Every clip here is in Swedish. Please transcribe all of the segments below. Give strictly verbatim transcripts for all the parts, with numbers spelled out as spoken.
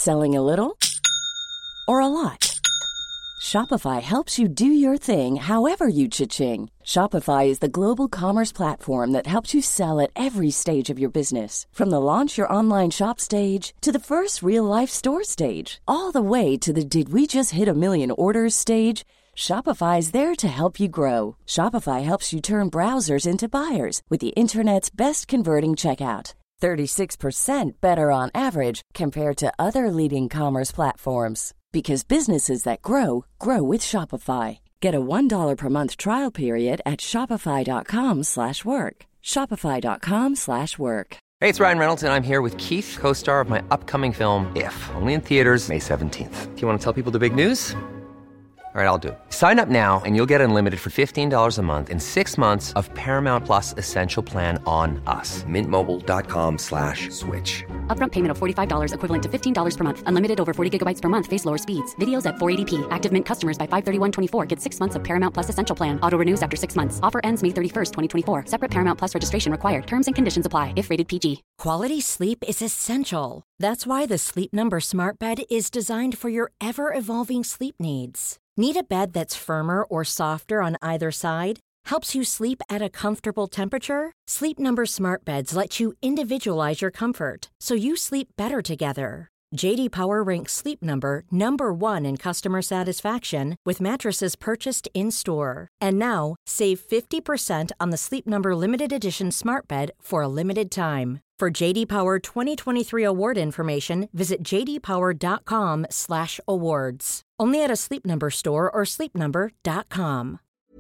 Selling a little or a lot? Shopify helps you do your thing however you cha-ching. Shopify is the global commerce platform that helps you sell at every stage of your business. From the launch your online shop stage to the first real-life store stage, all the way to the did we just hit a million orders stage. Shopify is there to help you grow. Shopify helps you turn browsers into buyers with the internet's best converting checkout. thirty-six percent better on average compared to other leading commerce platforms. Because businesses that grow, grow with Shopify. Get a one dollar per month trial period at shopify.com slash work. Shopify.com slash work. Hey, it's Ryan Reynolds, and I'm here with Keith, co-star of my upcoming film, If, only in theaters May seventeenth. Do you want to tell people the big news? All right, I'll do it. Sign up now and you'll get unlimited for fifteen dollars a month and six months of Paramount Plus Essential Plan on us. Mint Mobile dot com slash switch. Upfront payment of forty-five dollars equivalent to fifteen dollars per month. Unlimited over forty gigabytes per month. Face lower speeds. Videos at four eighty p. Active Mint customers by five thirty-one twenty-four get six months of Paramount Plus Essential Plan. Auto renews after six months. Offer ends May thirty-first, twenty twenty-four. Separate Paramount Plus registration required. Terms and conditions apply if rated P G. Quality sleep is essential. That's why the Sleep Number Smart Bed is designed for your ever-evolving sleep needs. Need a bed that's firmer or softer on either side? Helps you sleep at a comfortable temperature? Sleep Number Smart Beds let you individualize your comfort, so you sleep better together. J D Power ranks Sleep Number number one in customer satisfaction with mattresses purchased in-store. And now, save fifty percent on the Sleep Number Limited Edition Smart Bed for a limited time. For J D Power twenty twenty-three award information, visit j d power dot com slash awards. Only at a Sleep Number store or sleep number dot com.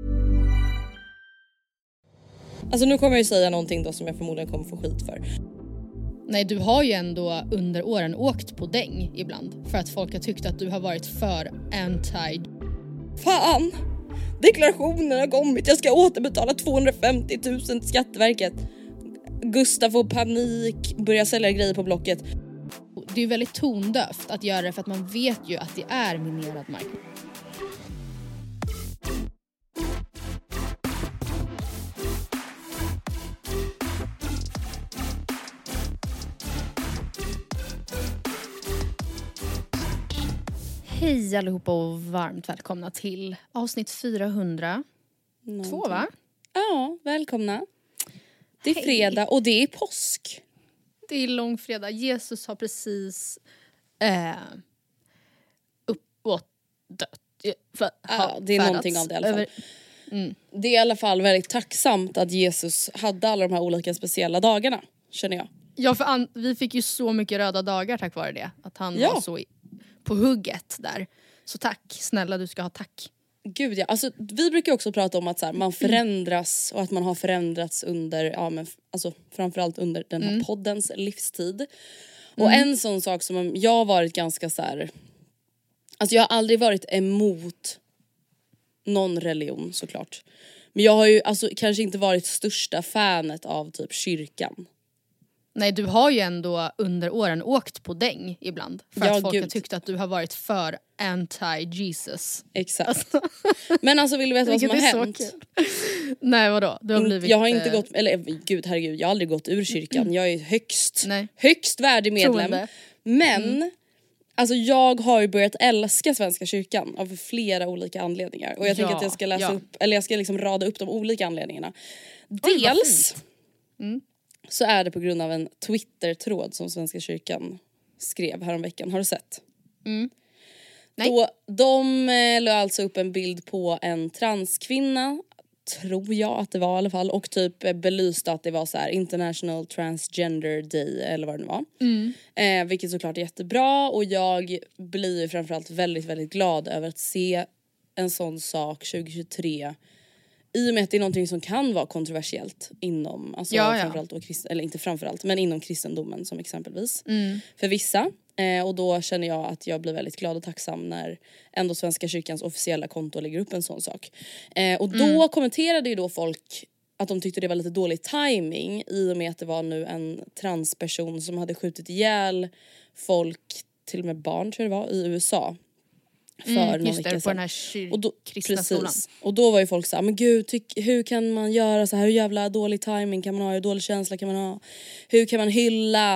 Alltså nu kommer jag ju säga någonting då som jag förmodligen kommer få skit för. Nej, du har ju ändå under åren åkt på däng ibland för att folk har tyckt att du har varit för anti. Fan! Deklarationen har kommit. Jag ska återbetala tvåhundrafemtio tusen till Skatteverket. Gustav får panik, börjar sälja grejer på Blocket. Det är ju väldigt tondövt att göra det för att man vet ju att det är minerad mark. Hej allihopa och varmt välkomna till avsnitt fyrahundratvå, Någonting. Va? Ja, välkomna. Det är Hej. Fredag och det är påsk. Det är långfredag. Jesus har precis eh, uppåt dött. För, Ja, det är färdats någonting av det i alla fall. över- Mm. Det är i alla fall väldigt tacksamt att Jesus hade alla de här olika speciella dagarna, känner jag. Ja, för an- vi fick ju så mycket röda dagar tack vare det. Att han Ja. var så i- på hugget där. Så tack, snälla du ska ha tack. Gud ja, alltså vi brukar också prata om att så här, man förändras och att man har förändrats under, ja men alltså framförallt under den här Mm. poddens livstid. Och en sån sak som jag har varit ganska så här, alltså jag har aldrig varit emot någon religion såklart. Men jag har ju alltså kanske inte varit största fanet av typ kyrkan. Nej, du har ju ändå under åren åkt på däng ibland. För Ja, att folk gud. har tyckt att du har varit för anti-Jesus. Exakt. Men alltså vill du veta vad som har Vilket är så hänt? kul. Nej, vadå? Du har In- blivit... jag har inte eh, gått, eller gud herregud, jag har aldrig gått ur kyrkan. Jag är högst, Nej. högst värdig medlem. Troende. Men alltså jag har ju börjat älska Svenska kyrkan av flera olika anledningar. Och jag Ja, tänker att jag ska läsa ja. upp, eller jag ska liksom rada upp de olika anledningarna. vad Dels fint. Mm. så är det på grund av en Twitter-tråd som Svenska kyrkan skrev häromveckan. Har du sett? Mm. Nej. Då, de eh, la alltså upp en bild på en transkvinna, tror jag att det var i alla fall, och typ eh, belyste att det var så här International Transgender Day eller vad det nu var. Mm. Eh, vilket såklart är jättebra, och jag blir ju framförallt väldigt väldigt glad över att se en sån sak tjugohundratjugotre. I och med att det är någonting som kan vara kontroversiellt inom, alltså Ja, ja. framförallt då krist- eller inte framförallt, men inom kristendomen som exempelvis. Mm. För vissa. Eh, och då känner jag att jag blir väldigt glad och tacksam när ändå Svenska kyrkans officiella konto lägger upp en sån sak. Eh, och då Mm. kommenterade ju då folk att de tyckte det var lite dålig timing i och med att det var nu en transperson som hade skjutit ihjäl folk, till och med barn tror jag det var, i U S A. För Mm, någon just vecka det, på sedan. den här kyr- Och då, kristna skolan. precis. Och då var ju folk så här, men gud, tyck, hur kan man göra så här? Hur jävla dålig timing kan man ha? Hur dålig känsla kan man ha? Hur kan man hylla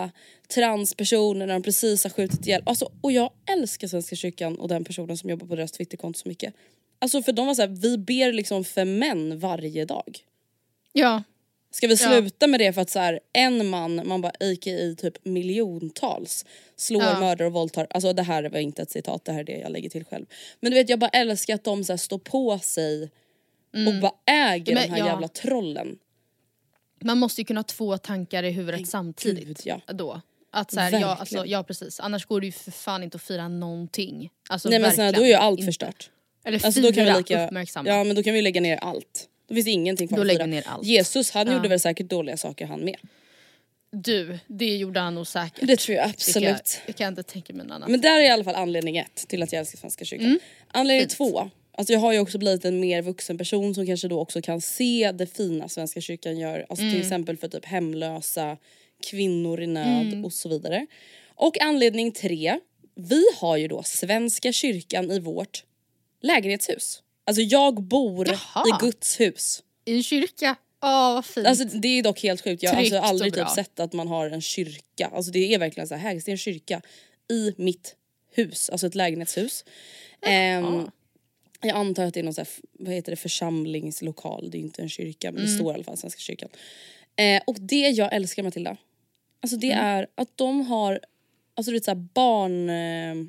transpersoner när de precis har skjutit ihjäl. Alltså, och jag älskar Svenska kyrkan och den personen som jobbar på deras Twitterkonto så mycket. Alltså för de var så här, vi ber liksom för män varje dag. Ja. Ska vi sluta ja. med det för att så här, en man, man bara A K I typ miljontals slår, ja. mördar och våldtar. Alltså det här var inte ett citat, det här är det jag lägger till själv. Men du vet, jag bara älskar att de så här, står på sig mm. och bara äger Men, de här ja. jävla trollen. Man måste ju kunna ha två tankar i huvudet Men samtidigt Gud, ja. då. Att så här, ja, alltså, ja precis, annars går det ju för fan inte att fira någonting. Alltså, Nej men snälla, då är ju allt inte. förstört. Eller alltså, fira då kan vi lika, uppmärksamma. Ja men då kan vi lägga ner allt. Då finns det ingenting kvar att fira. Ner allt. Jesus, han ja. gjorde väl säkert dåliga saker han med. Du, det gjorde han nog säkert. Det tror jag absolut. Det kan, det kan jag inte tänka mig något annat. Men där är i alla fall anledning ett till att jag älskar Svenska kyrkan. Mm. Anledning Fint. två. Alltså jag har ju också blivit en mer vuxen person som kanske då också kan se det fina Svenska kyrkan gör. Alltså mm. till exempel för typ hemlösa, kvinnor i nöd mm. och så vidare. Och anledning tre. Vi har ju då Svenska kyrkan i vårt lägenhetshus. Alltså jag bor Jaha. i Guds hus. I en kyrka? Åh, vad fint. Alltså det är dock helt sjukt. Jag har alltså aldrig typ sett att man har en kyrka. Alltså det är verkligen så här, här är en kyrka i mitt hus. Alltså ett lägenhetshus. Um, jag antar att det är någon så här, vad heter det, församlingslokal. Det är ju inte en kyrka, men mm. det står i alla fall Svenska kyrkan. Uh, och det jag älskar, Matilda, alltså det mm. är att de har, alltså det är så här barn... Uh,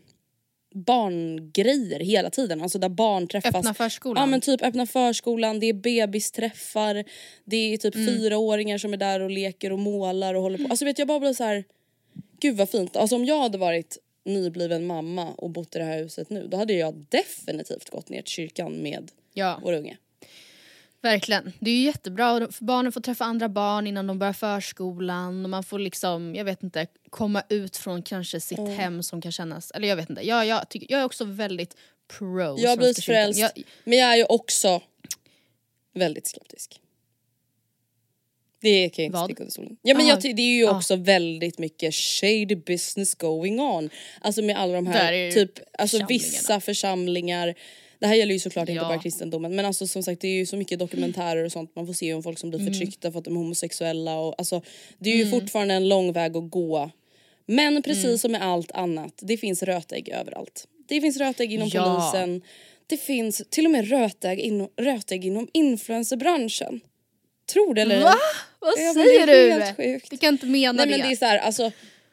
barngrejer hela tiden, alltså där barn träffas. Öppna förskolan. Ja men typ öppna förskolan, det är bebisträffar, det är typ mm. fyraåringar som är där och leker och målar och håller på. Alltså vet jag bara blir så här, gud vad fint. Alltså om jag hade varit nybliven mamma och bott i det här huset nu, då hade jag definitivt gått ner till kyrkan med ja. vår unge. Verkligen. Det är ju jättebra för barnen får träffa andra barn innan de börjar förskolan och man får liksom, jag vet inte, komma ut från kanske sitt mm. hem som kan kännas, eller jag vet inte. Jag, jag, tycker, jag är också väldigt pro. Jag har blivit frälst, jag, men jag är ju också väldigt skeptisk. Det kan jag inte sticka under stolen. Ja men jag, det är ju ah. också väldigt mycket shady business going on. Alltså med alla de här typ, alltså vissa församlingar. Det här gäller ju såklart ja. inte bara kristendomen. Men alltså som sagt, det är ju så mycket dokumentärer och sånt. Man får se om folk som blir mm. förtryckta för att de är homosexuella. Och, alltså, det är ju mm. fortfarande en lång väg att gå. Men precis mm. som med allt annat, det finns rötägg överallt. Det finns rötägg inom ja. polisen. Det finns till och med rötägg inom, rötägg inom influencerbranschen. Tror det eller? Va? Vad ja, säger du? Du kan inte mena Nej, det. Men det är så här, alltså,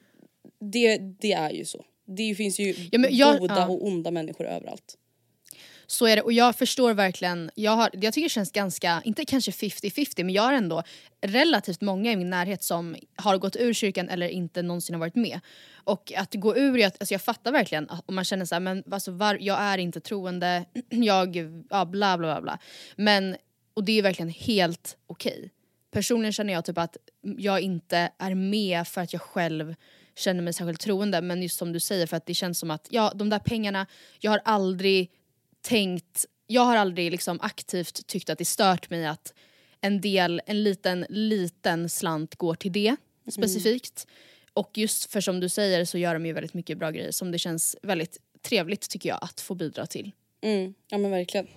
det, det är ju så. Det finns ju ja, men jag, goda ja. och onda människor överallt. Så är det, och jag förstår verkligen, jag, har, jag tycker det känns ganska, inte kanske femtio femtio, men jag har ändå relativt många i min närhet som har gått ur kyrkan eller inte någonsin har varit med. Och att gå ur, alltså jag fattar verkligen om man känner så här, men alltså var, jag är inte troende, jag, ja bla bla bla bla. Men, och det är verkligen helt okej. Personligen känner jag typ att jag inte är med för att jag själv känner mig särskilt troende, men just som du säger, för att det känns som att, ja de där pengarna, jag har aldrig tänkt, jag har aldrig liksom aktivt tyckt att det stört mig att en del, en liten, liten slant går till det specifikt. Mm. Och just för som du säger så gör de ju väldigt mycket bra grejer som det känns väldigt trevligt tycker jag att få bidra till. Mm. Ja men verkligen.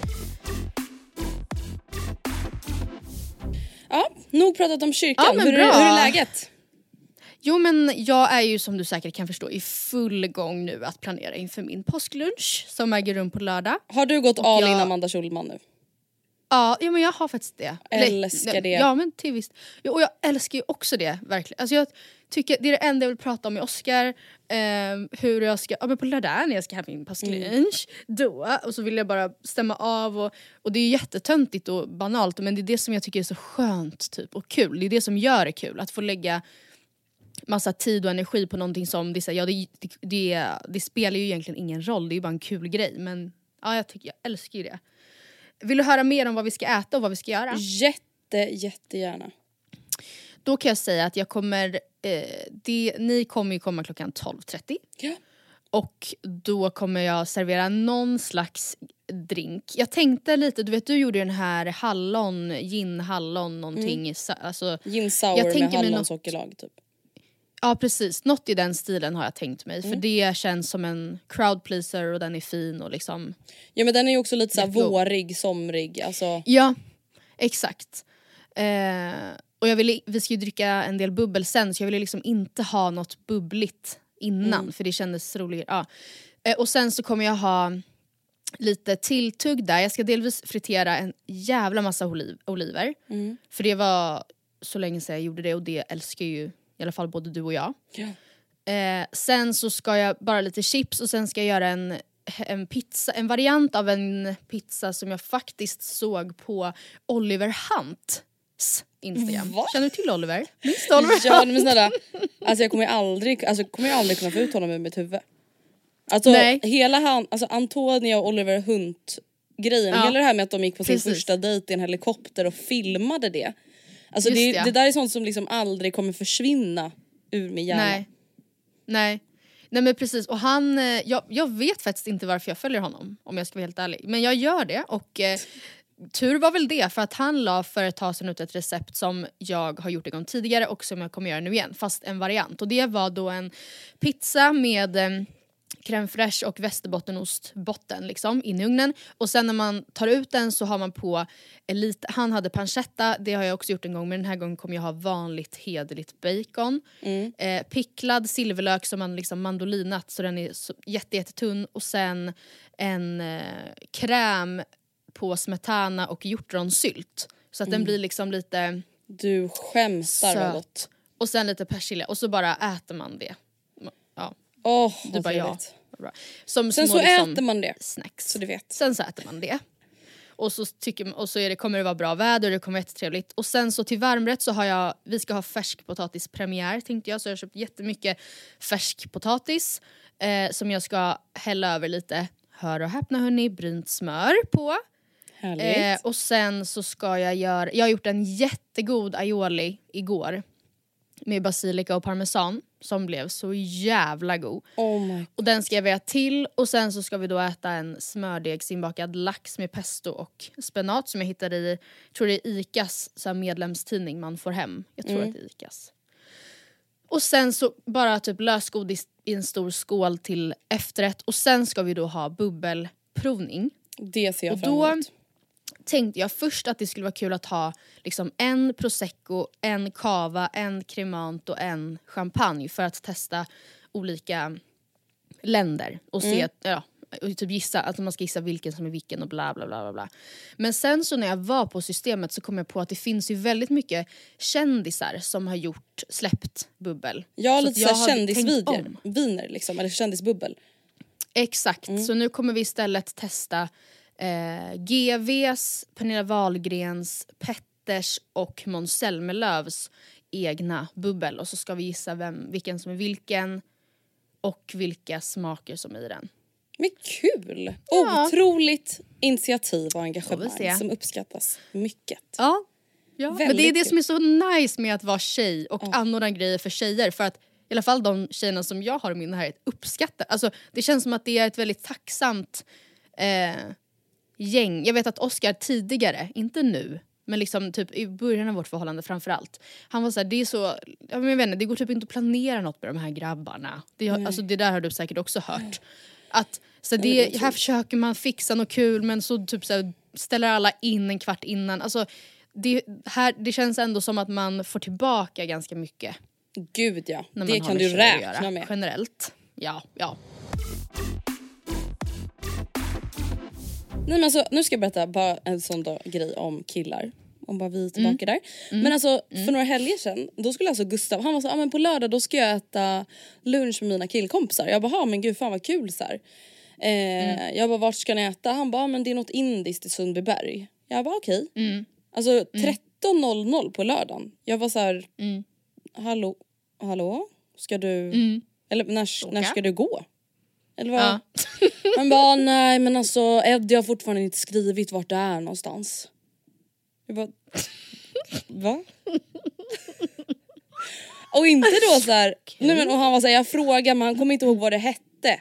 Ja, nog pratat om kyrkan. Ja, hur, är, hur är läget? Jo men jag är ju som du säkert kan förstå i full gång nu att planera inför min påsklunch som äger rum på lördag. Har du gått all jag... in Amanda Schulman nu? Ja, ja men jag har faktiskt det. Älskar det. Ja men till visst. Ja, och jag älskar ju också det verkligen. Alltså jag tycker det är det enda jag vill prata om med Oscar. Um, hur jag ska, ja men på lördag när jag ska ha min påsklunch. Mm. Då, och så vill jag bara stämma av och, och det är jättetöntigt och banalt. Men det är det som jag tycker är så skönt typ och kul. Det är det som gör det kul. Att få lägga massa tid och energi på någonting som det, ja, det, det, det, det spelar ju egentligen ingen roll. Det är ju bara en kul grej. Men ja, jag tycker jag älskar ju det. Vill du höra mer om vad vi ska äta och vad vi ska göra? Jätte, jättegärna. Då kan jag säga att jag kommer eh, det, ni kommer ju komma klockan tolv trettio. Ja. Och då kommer jag servera någon slags drink. Jag tänkte lite, du vet du gjorde den här hallon, gin hallon någonting. Mm. Alltså, gin sour med hallonsockerlag typ. Ja precis, något i den stilen har jag tänkt mig. Mm. För det känns som en crowd pleaser och den är fin och liksom. Ja men den är ju också lite så här vårig, somrig alltså. Ja, exakt. eh, Och jag ville, vi ska ju dricka en del bubbel sen, så jag ville liksom inte ha något bubbligt innan. Mm. För det kändes roligare. Ja. Eh, och sen så kommer jag ha lite tilltugg där. Jag ska delvis fritera en jävla massa oliv, oliver. Mm. För det var så länge sedan jag gjorde det. Och det älskar ju i alla fall både du och jag. Ja. Eh, sen så ska jag bara lite chips. Och sen ska jag göra en, en pizza. En variant av en pizza som jag faktiskt såg på Oliver Hunts Instagram. Va? Känner du till Oliver? Minns du Oliver? Ja, men snälla. Alltså jag kommer aldrig, alltså, kommer jag aldrig kunna få ut honom med mitt huvud. Alltså Nej. hela han, alltså Antonia och Oliver Hunt grejen, ja. Hela det här med att de gick på sin Precis. första dejt i en helikopter och filmade det. Alltså det, ja. det där är sånt som liksom aldrig kommer försvinna ur min hjärna. Nej. Nej. Nej men precis, och han, jag, jag vet faktiskt inte varför jag följer honom, om jag ska vara helt ärlig. Men jag gör det, och eh, tur var väl det, för att han la för ett tag sedan ut ett recept som jag har gjort en gång tidigare och som jag kommer göra nu igen, fast en variant. Och det var då en pizza med eh, crème fraîche och västerbottenostbotten liksom in i ugnen. Och sen när man tar ut den så har man på lite, han hade pancetta, det har jag också gjort en gång, men den här gången kommer jag ha vanligt hederligt bacon. Mm. Eh, picklad silverlök som man liksom mandolinat så den är så jätte, jätte tunn, och sen en eh, kräm på smetana och hjortronsylt. Så att mm. den blir liksom lite Du skämtar gott. Och sen lite persilja, och så bara äter man det. Ja. Åh, oh, du bara ja. Som Sen små, så liksom, äter man det. Snacks. Så du vet. Sen så äter man det. Och så, tycker, och så är det, kommer det vara bra väder, det kommer vara jättetrevligt. Och sen så till varmrätt så har jag, vi ska ha färskpotatispremiär tänkte jag. Så jag har köpt jättemycket färskpotatis eh, som jag ska hälla över lite, hör och häpna hörni, brynt smör på. Härligt. Eh, och sen så ska jag göra, jag har gjort en jättegod aioli igår. Med basilika och parmesan. Som blev så jävla god. Oh my. Och den ska jag väga till. Och sen så ska vi då äta en smördegsinbakad lax med pesto och spenat. Som jag hittade i, tror det är Icas så här medlemstidning man får hem. Jag tror mm. att det är Icas. Och sen så bara typ lösgodis i en stor skål till efterrätt. Och sen ska vi då ha bubbelprovning. Det ser jag och fram emot. Då tänkte jag först att det skulle vara kul att ha liksom en prosecco, en cava, en cremant och en champagne för att testa olika länder och se, mm. ja, och typ gissa, att man ska gissa vilken som är vilken och bla bla bla bla bla. Men sen så när jag var på systemet så kom jag på att det finns ju väldigt mycket kändisar som har gjort, släppt bubbel. Ja, så lite så kändisvideor, viner liksom, eller kändisbubbel. Exakt, mm. så nu kommer vi istället testa Eh, G V:s, Pernilla Wahlgrens, Petters och Måns Zelmerlöws egna bubbel. Och så ska vi gissa vem, vilken som är vilken och vilka smaker som är i den. Men kul! Ja. Otroligt initiativ och engagemang som uppskattas mycket. Ja, ja. Men det är det som är så nice med att vara tjej och ja. anordna grejer för tjejer. För att i alla fall de tjejerna som jag har i min närhet uppskattar. Alltså, det känns som att det är ett väldigt tacksamt eh, gäng. Jag vet att Oscar tidigare, inte nu, men liksom typ i början av vårt förhållande framförallt. Han var så här, det är så, jag vet inte, det går typ inte att planera något med de här grabbarna. Det, alltså, det där har du säkert också hört. Att så det, här försöker man fixa något kul, men så typ så här, ställer alla in en kvart innan. Alltså, det, här, det känns ändå som att man får tillbaka ganska mycket. Gud ja, det kan du räkna med. Generellt, ja, ja. Nej men alltså, nu ska jag berätta bara en sån då, grej om killar. Om bara vi är tillbaka mm. där. Mm. Men alltså, för mm. några helger sedan, då skulle alltså Gustav, han var så, ah, men på lördag då ska jag äta lunch med mina killkompisar. Jag bara, men gud fan vad kul så här. Eh, mm. Jag bara, vart ska ni äta? Han bara, men det är något indiskt i Sundbyberg. Jag bara, okej. Okay. Mm. Alltså tretton noll noll på lördagen. Jag var så här, mm. hallå, hallå? Ska du, mm. eller när, när ska du gå? Eller vad? Ja. Han bara, nej men alltså Eddie har fortfarande inte skrivit vart det är någonstans. Jag bara, va? Och inte då så här, nej men och han var så här, jag frågade men han kommer inte ihåg vad det hette.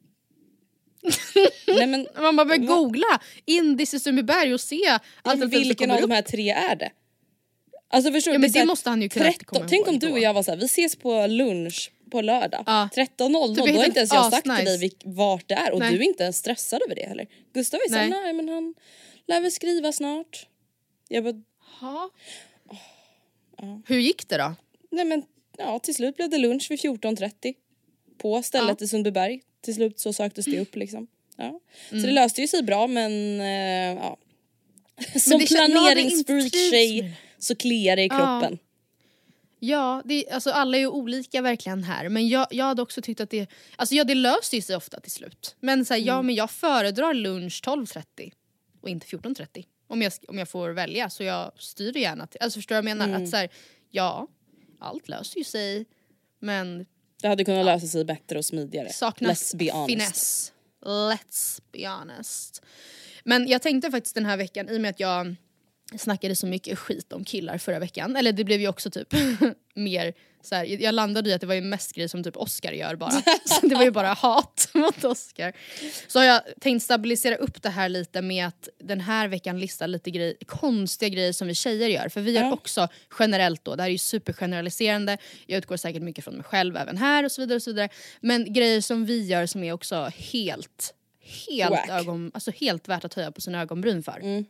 Nej men man bara börjar googla Indis i Sundbyberg och se alltså, vilken av upp. De här tre är det. Alltså förstår ja, du? men det här, måste han ju kunna tretton, komma tänk om du och jag var så här, vi ses på lunch på lördag. Ja. tretton noll noll, då har inte ens jag sagt nice. Till dig vart det är. Och nej. Du är inte ens stressad över det heller. Gustav är såhär, nej. nej men han lär väl skriva snart. Jag bara, ha? Oh, Ja. Hur gick det då? Nej men, ja till slut blev det lunch vid fjorton trettio. På stället ja. i Sundbyberg. Till slut så söktes det upp liksom. Ja. Så mm. det löste ju sig bra men eh, ja. Som planeringsfreak-tjej så kliar det i kroppen. Ja, ja det, alltså alla är ju olika verkligen här. Men jag, jag hade också tyckt att det... Alltså ja, det löser ju sig ofta till slut. Men, så här, mm. ja, men jag föredrar lunch tolv trettio och inte fjorton trettio. Om jag, om jag får välja. Så jag styr gärna till... Alltså förstår jag menar? Mm. Att så här, ja, allt löser ju sig. Men... Det hade kunnat lösa sig bättre och smidigare. Saknas Let's be honest. Finess. Let's be honest. Men jag tänkte faktiskt den här veckan, i och med att jag snackade så mycket skit om killar förra veckan. Eller det blev ju också typ mer så här, jag landade i att det var ju mest grejer som typ Oscar gör bara. Så det var ju bara hat mot Oscar. Så har jag tänkt stabilisera upp det här lite med att den här veckan lista lite grej, konstiga grejer som vi tjejer gör. För vi gör ja. också generellt då, det här är ju supergeneraliserande. Jag utgår säkert mycket från mig själv även här och så vidare och så vidare. Men grejer som vi gör som är också helt, helt, ögon, alltså helt värt att höja på sina ögonbryn för. Mm.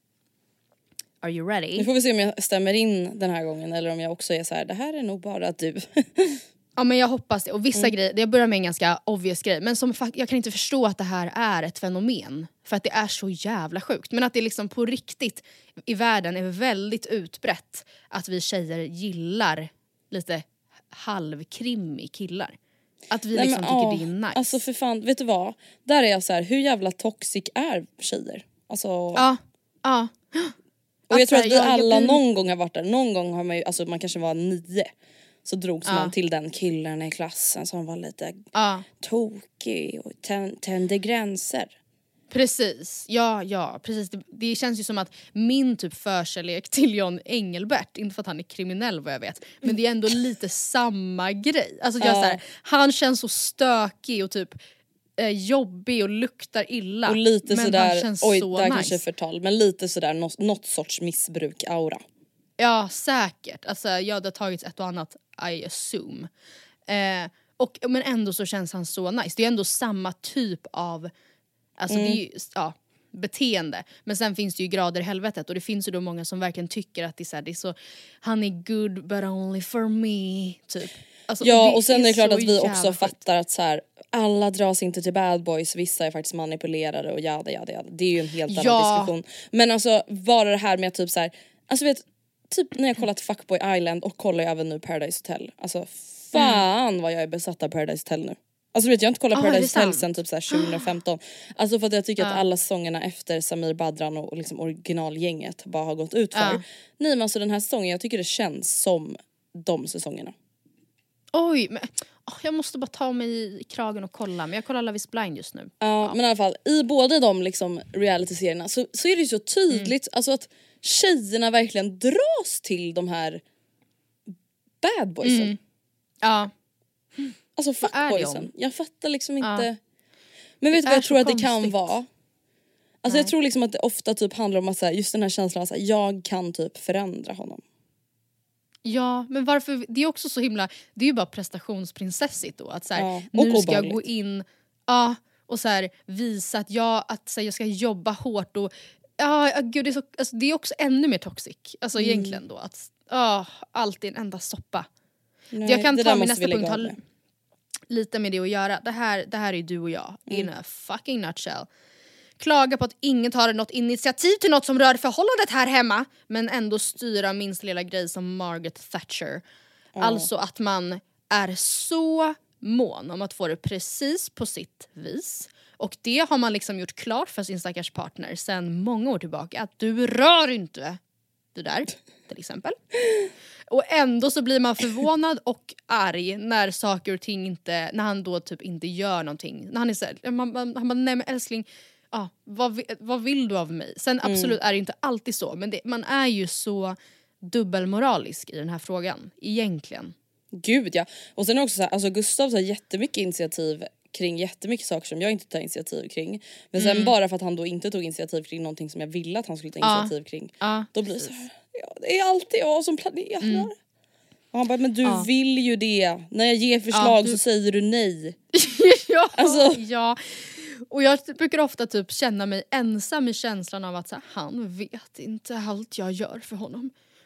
Are you ready? Nu får vi se om jag stämmer in den här gången eller om jag också är så här, det här är nog bara du. Ja men jag hoppas det. Och vissa mm. grejer, jag börjar med en ganska obvious grej. Men som jag kan inte förstå att det här är ett fenomen. För att det är så jävla sjukt. Men att det liksom på riktigt i världen är väldigt utbrett. Att vi tjejer gillar lite halvkrimmig killar. Att vi Nej, liksom men, tycker åh, det är nice. Alltså för fan, vet du vad? Där är jag så här, hur jävla toxic är tjejer? Alltså... Ja, ja. Och jag tror att vi jag, alla jag blir... någon gång har varit där. Någon gång har man ju, alltså man kanske var nio. Så drogs ja. man till den killen i klassen som var lite ja. tokig och tän, tände gränser. Precis, ja, ja, precis. Det, det känns ju som att min typ förkärlek till John Engelbert, inte för att han är kriminell vad jag vet, men det är ändå lite samma grej. Alltså jag, ja. så här, han känns så stökig och typ eh, jobbig och luktar illa. Och lite men sådär, han känns oj så där nice. kanske förtal, men lite sådär något, något sorts missbruk-aura. Ja, säkert. Alltså ja, det har tagits ett och annat, I assume. Eh, och, men ändå så känns han så nice. Det är ändå samma typ av alltså mm. det är ju, ja, beteende. Men sen finns det ju grader i helvetet. Och det finns ju då många som verkligen tycker att det är så, här, det är så han är good but only for me typ. Alltså, ja och, och sen är det klart att vi också skit. fattar att så här, alla dras inte till bad boys, vissa är faktiskt manipulerade och jada jada jada. Det är ju en helt annan ja. diskussion. Men alltså bara det här med typ så här, alltså vet typ när jag kollat Fuckboy Island och kollar även nu Paradise Hotel. Alltså fan mm. vad jag är besatt av Paradise Hotel nu. Alltså vet jag inte kollat oh, Paradise Hotel sen typ så här tjugo femton. Alltså för att jag tycker uh. att alla säsongerna efter Samir Badran och, och liksom originalgänget bara har gått ut för. Uh. Nej men alltså den här säsongen, jag tycker det känns som de säsongerna. Oj, men oh, jag måste bara ta mig i kragen och kolla. Men jag kollar Love is blind just nu. Uh, ja, men i alla fall, i båda de liksom reality-serierna så, så är det ju så tydligt mm. alltså att tjejerna verkligen dras till de här bad boysen. Mm. Ja. Alltså fuckboysen. Jag fattar liksom inte. Ja. Men det vet du vad jag tror att konstigt. Det kan vara? Alltså Nej. Jag tror liksom att det ofta typ handlar om att så här, just den här känslan att så här, jag kan typ förändra honom. Ja, men varför, det är också så himla, det är ju bara prestationsprinsessigt då att så här, ja, nu ska jag gå in ja, och så här, visa att jag att så här, jag ska jobba hårt och ja, gud det är så, alltså, det är också ännu mer toxic. Alltså mm. egentligen då att ja, allt är en enda soppa. Nej, jag kan ta min nästa punkt ha lite med det att göra. Det här, det här är du och jag mm. in a fucking nutshell. Klaga på att ingen tar något initiativ till något som rör förhållandet här hemma, men ändå styra minst lilla grej som Margaret Thatcher. Mm. Alltså att man är så mån om att få det precis på sitt vis. Och det har man liksom gjort klart för sin stackars partner sedan många år tillbaka. Att du rör inte det där, till exempel. Och ändå så blir man förvånad och arg när saker och ting inte, när han då typ inte gör någonting. När han är så här, man, man, han bara, nej men älskling, ah, vad, vad vill du av mig? Sen absolut mm. är det inte alltid så, men det, man är ju så dubbelmoralisk i den här frågan, egentligen. Gud ja, och sen också så här, alltså Gustav tar jättemycket initiativ kring jättemycket saker som jag inte tar initiativ kring. Men sen mm. bara för att han då inte tog initiativ kring någonting som jag ville att han skulle ta initiativ ja. kring. Ja, då blir det så här, ja, det är alltid jag som planerar. Mm. Och han bara, men du ja. vill ju det. När jag ger förslag ja, du... så säger du nej. ja, alltså. ja. Och jag brukar ofta typ känna mig ensam i känslan av att så här, han vet inte allt jag gör för honom.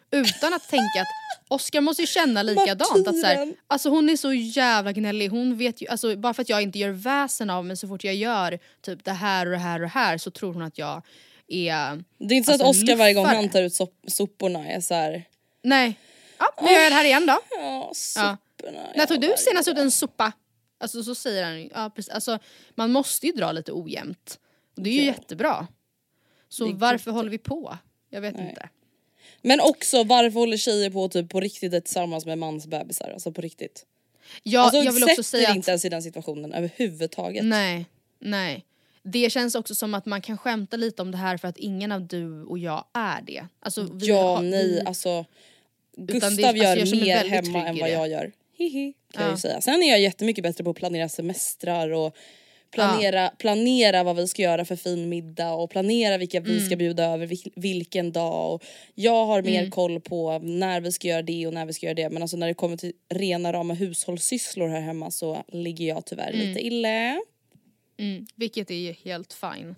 Utan att tänka att Oscar måste ju känna likadant. Att så här, alltså hon är så jävla gnällig. Hon vet ju, alltså, bara för att jag inte gör väsen av mig så fort jag gör typ det här och det här och det här så tror hon att jag är... Det är inte alltså, så att Oscar varje gång luffare. han tar ut sop- soporna är så här. Nej. Ja, nu gör jag det här igen då. Ja, soporna. Ja. När tog du senast ut en sopa? Alltså så säger han, ja precis. Alltså man måste ju dra lite ojämnt. Det är ju Ja. jättebra. Så varför håller vi på? Jag vet Nej. inte. Men också varför håller tjejer på typ på riktigt tillsammans med mansbebisar? Alltså på riktigt. Ja, alltså, jag vill också säga att... inte ens i den situationen överhuvudtaget. Nej, nej. Det känns också som att man kan skämta lite om det här för att ingen av du och jag är det. Alltså, vi ja, har, nej, vi... alltså Gustav det, alltså, gör jag mer hemma än vad jag gör. Hihi, kan ja. jag ju säga. Sen är jag jättemycket bättre på att planera semestrar och planera, ja. planera vad vi ska göra för fin middag och planera vilka mm. vi ska bjuda över vil- vilken dag. Och jag har mer mm. koll på när vi ska göra det och när vi ska göra det. Men alltså när det kommer till rena rama hushållssysslor här hemma så ligger jag tyvärr mm. lite illa. Mm. Vilket är helt fine.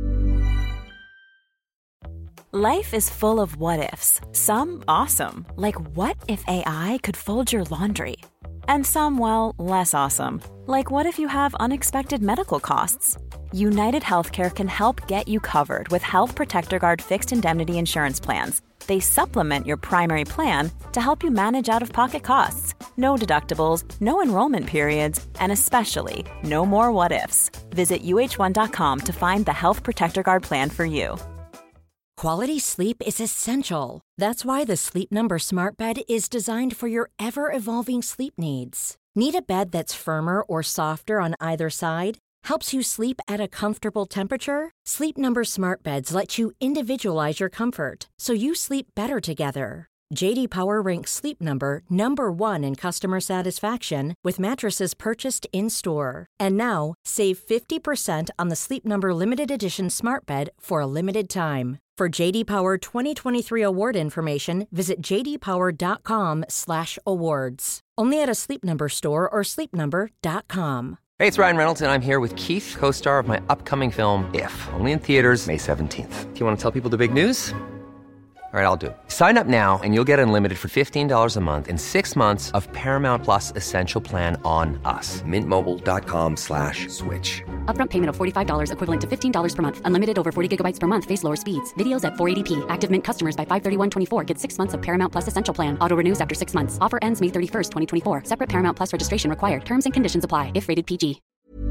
Life is full of what-ifs. Some awesome, like what if A I could fold your laundry? And some, well, less awesome, like what if you have unexpected medical costs? United Healthcare can help get you covered with Health Protector Guard fixed indemnity insurance plans. They supplement your primary plan to help you manage out-of-pocket costs. No deductibles, no enrollment periods, and especially no more what-ifs. Visit U H one dot com to find the Health Protector Guard plan for you. Quality sleep is essential. That's why the Sleep Number Smart Bed is designed for your ever-evolving sleep needs. Need a bed that's firmer or softer on either side? Helps you sleep at a comfortable temperature? Sleep Number Smart Beds let you individualize your comfort so you sleep better together. J D Power ranks Sleep Number number one in customer satisfaction with mattresses purchased in-store. And now, save fifty percent on the Sleep Number Limited Edition Smart Bed for a limited time. For J D Power twenty twenty-three award information, visit j d power dot com slash awards. Only at a Sleep Number store or sleep number dot com. Hey, it's Ryan Reynolds, and I'm here with Keith, co-star of my upcoming film, If, only in theaters May seventeenth. Do you want to tell people the big news? All right, I'll do it. Sign up now and you'll get unlimited for fifteen dollars a month and six months of Paramount Plus Essential Plan on us. Mint Mobile dot com slash switch. Upfront payment of forty-five dollars equivalent to fifteen dollars per month. Unlimited over forty gigabytes per month. Face lower speeds. Videos at four eighty p. Active Mint customers by five thirty-one twenty-four get six months of Paramount Plus Essential Plan. Auto renews after six months. Offer ends May thirty-first, twenty twenty-four. Separate Paramount Plus registration required. Terms and conditions apply if rated P G.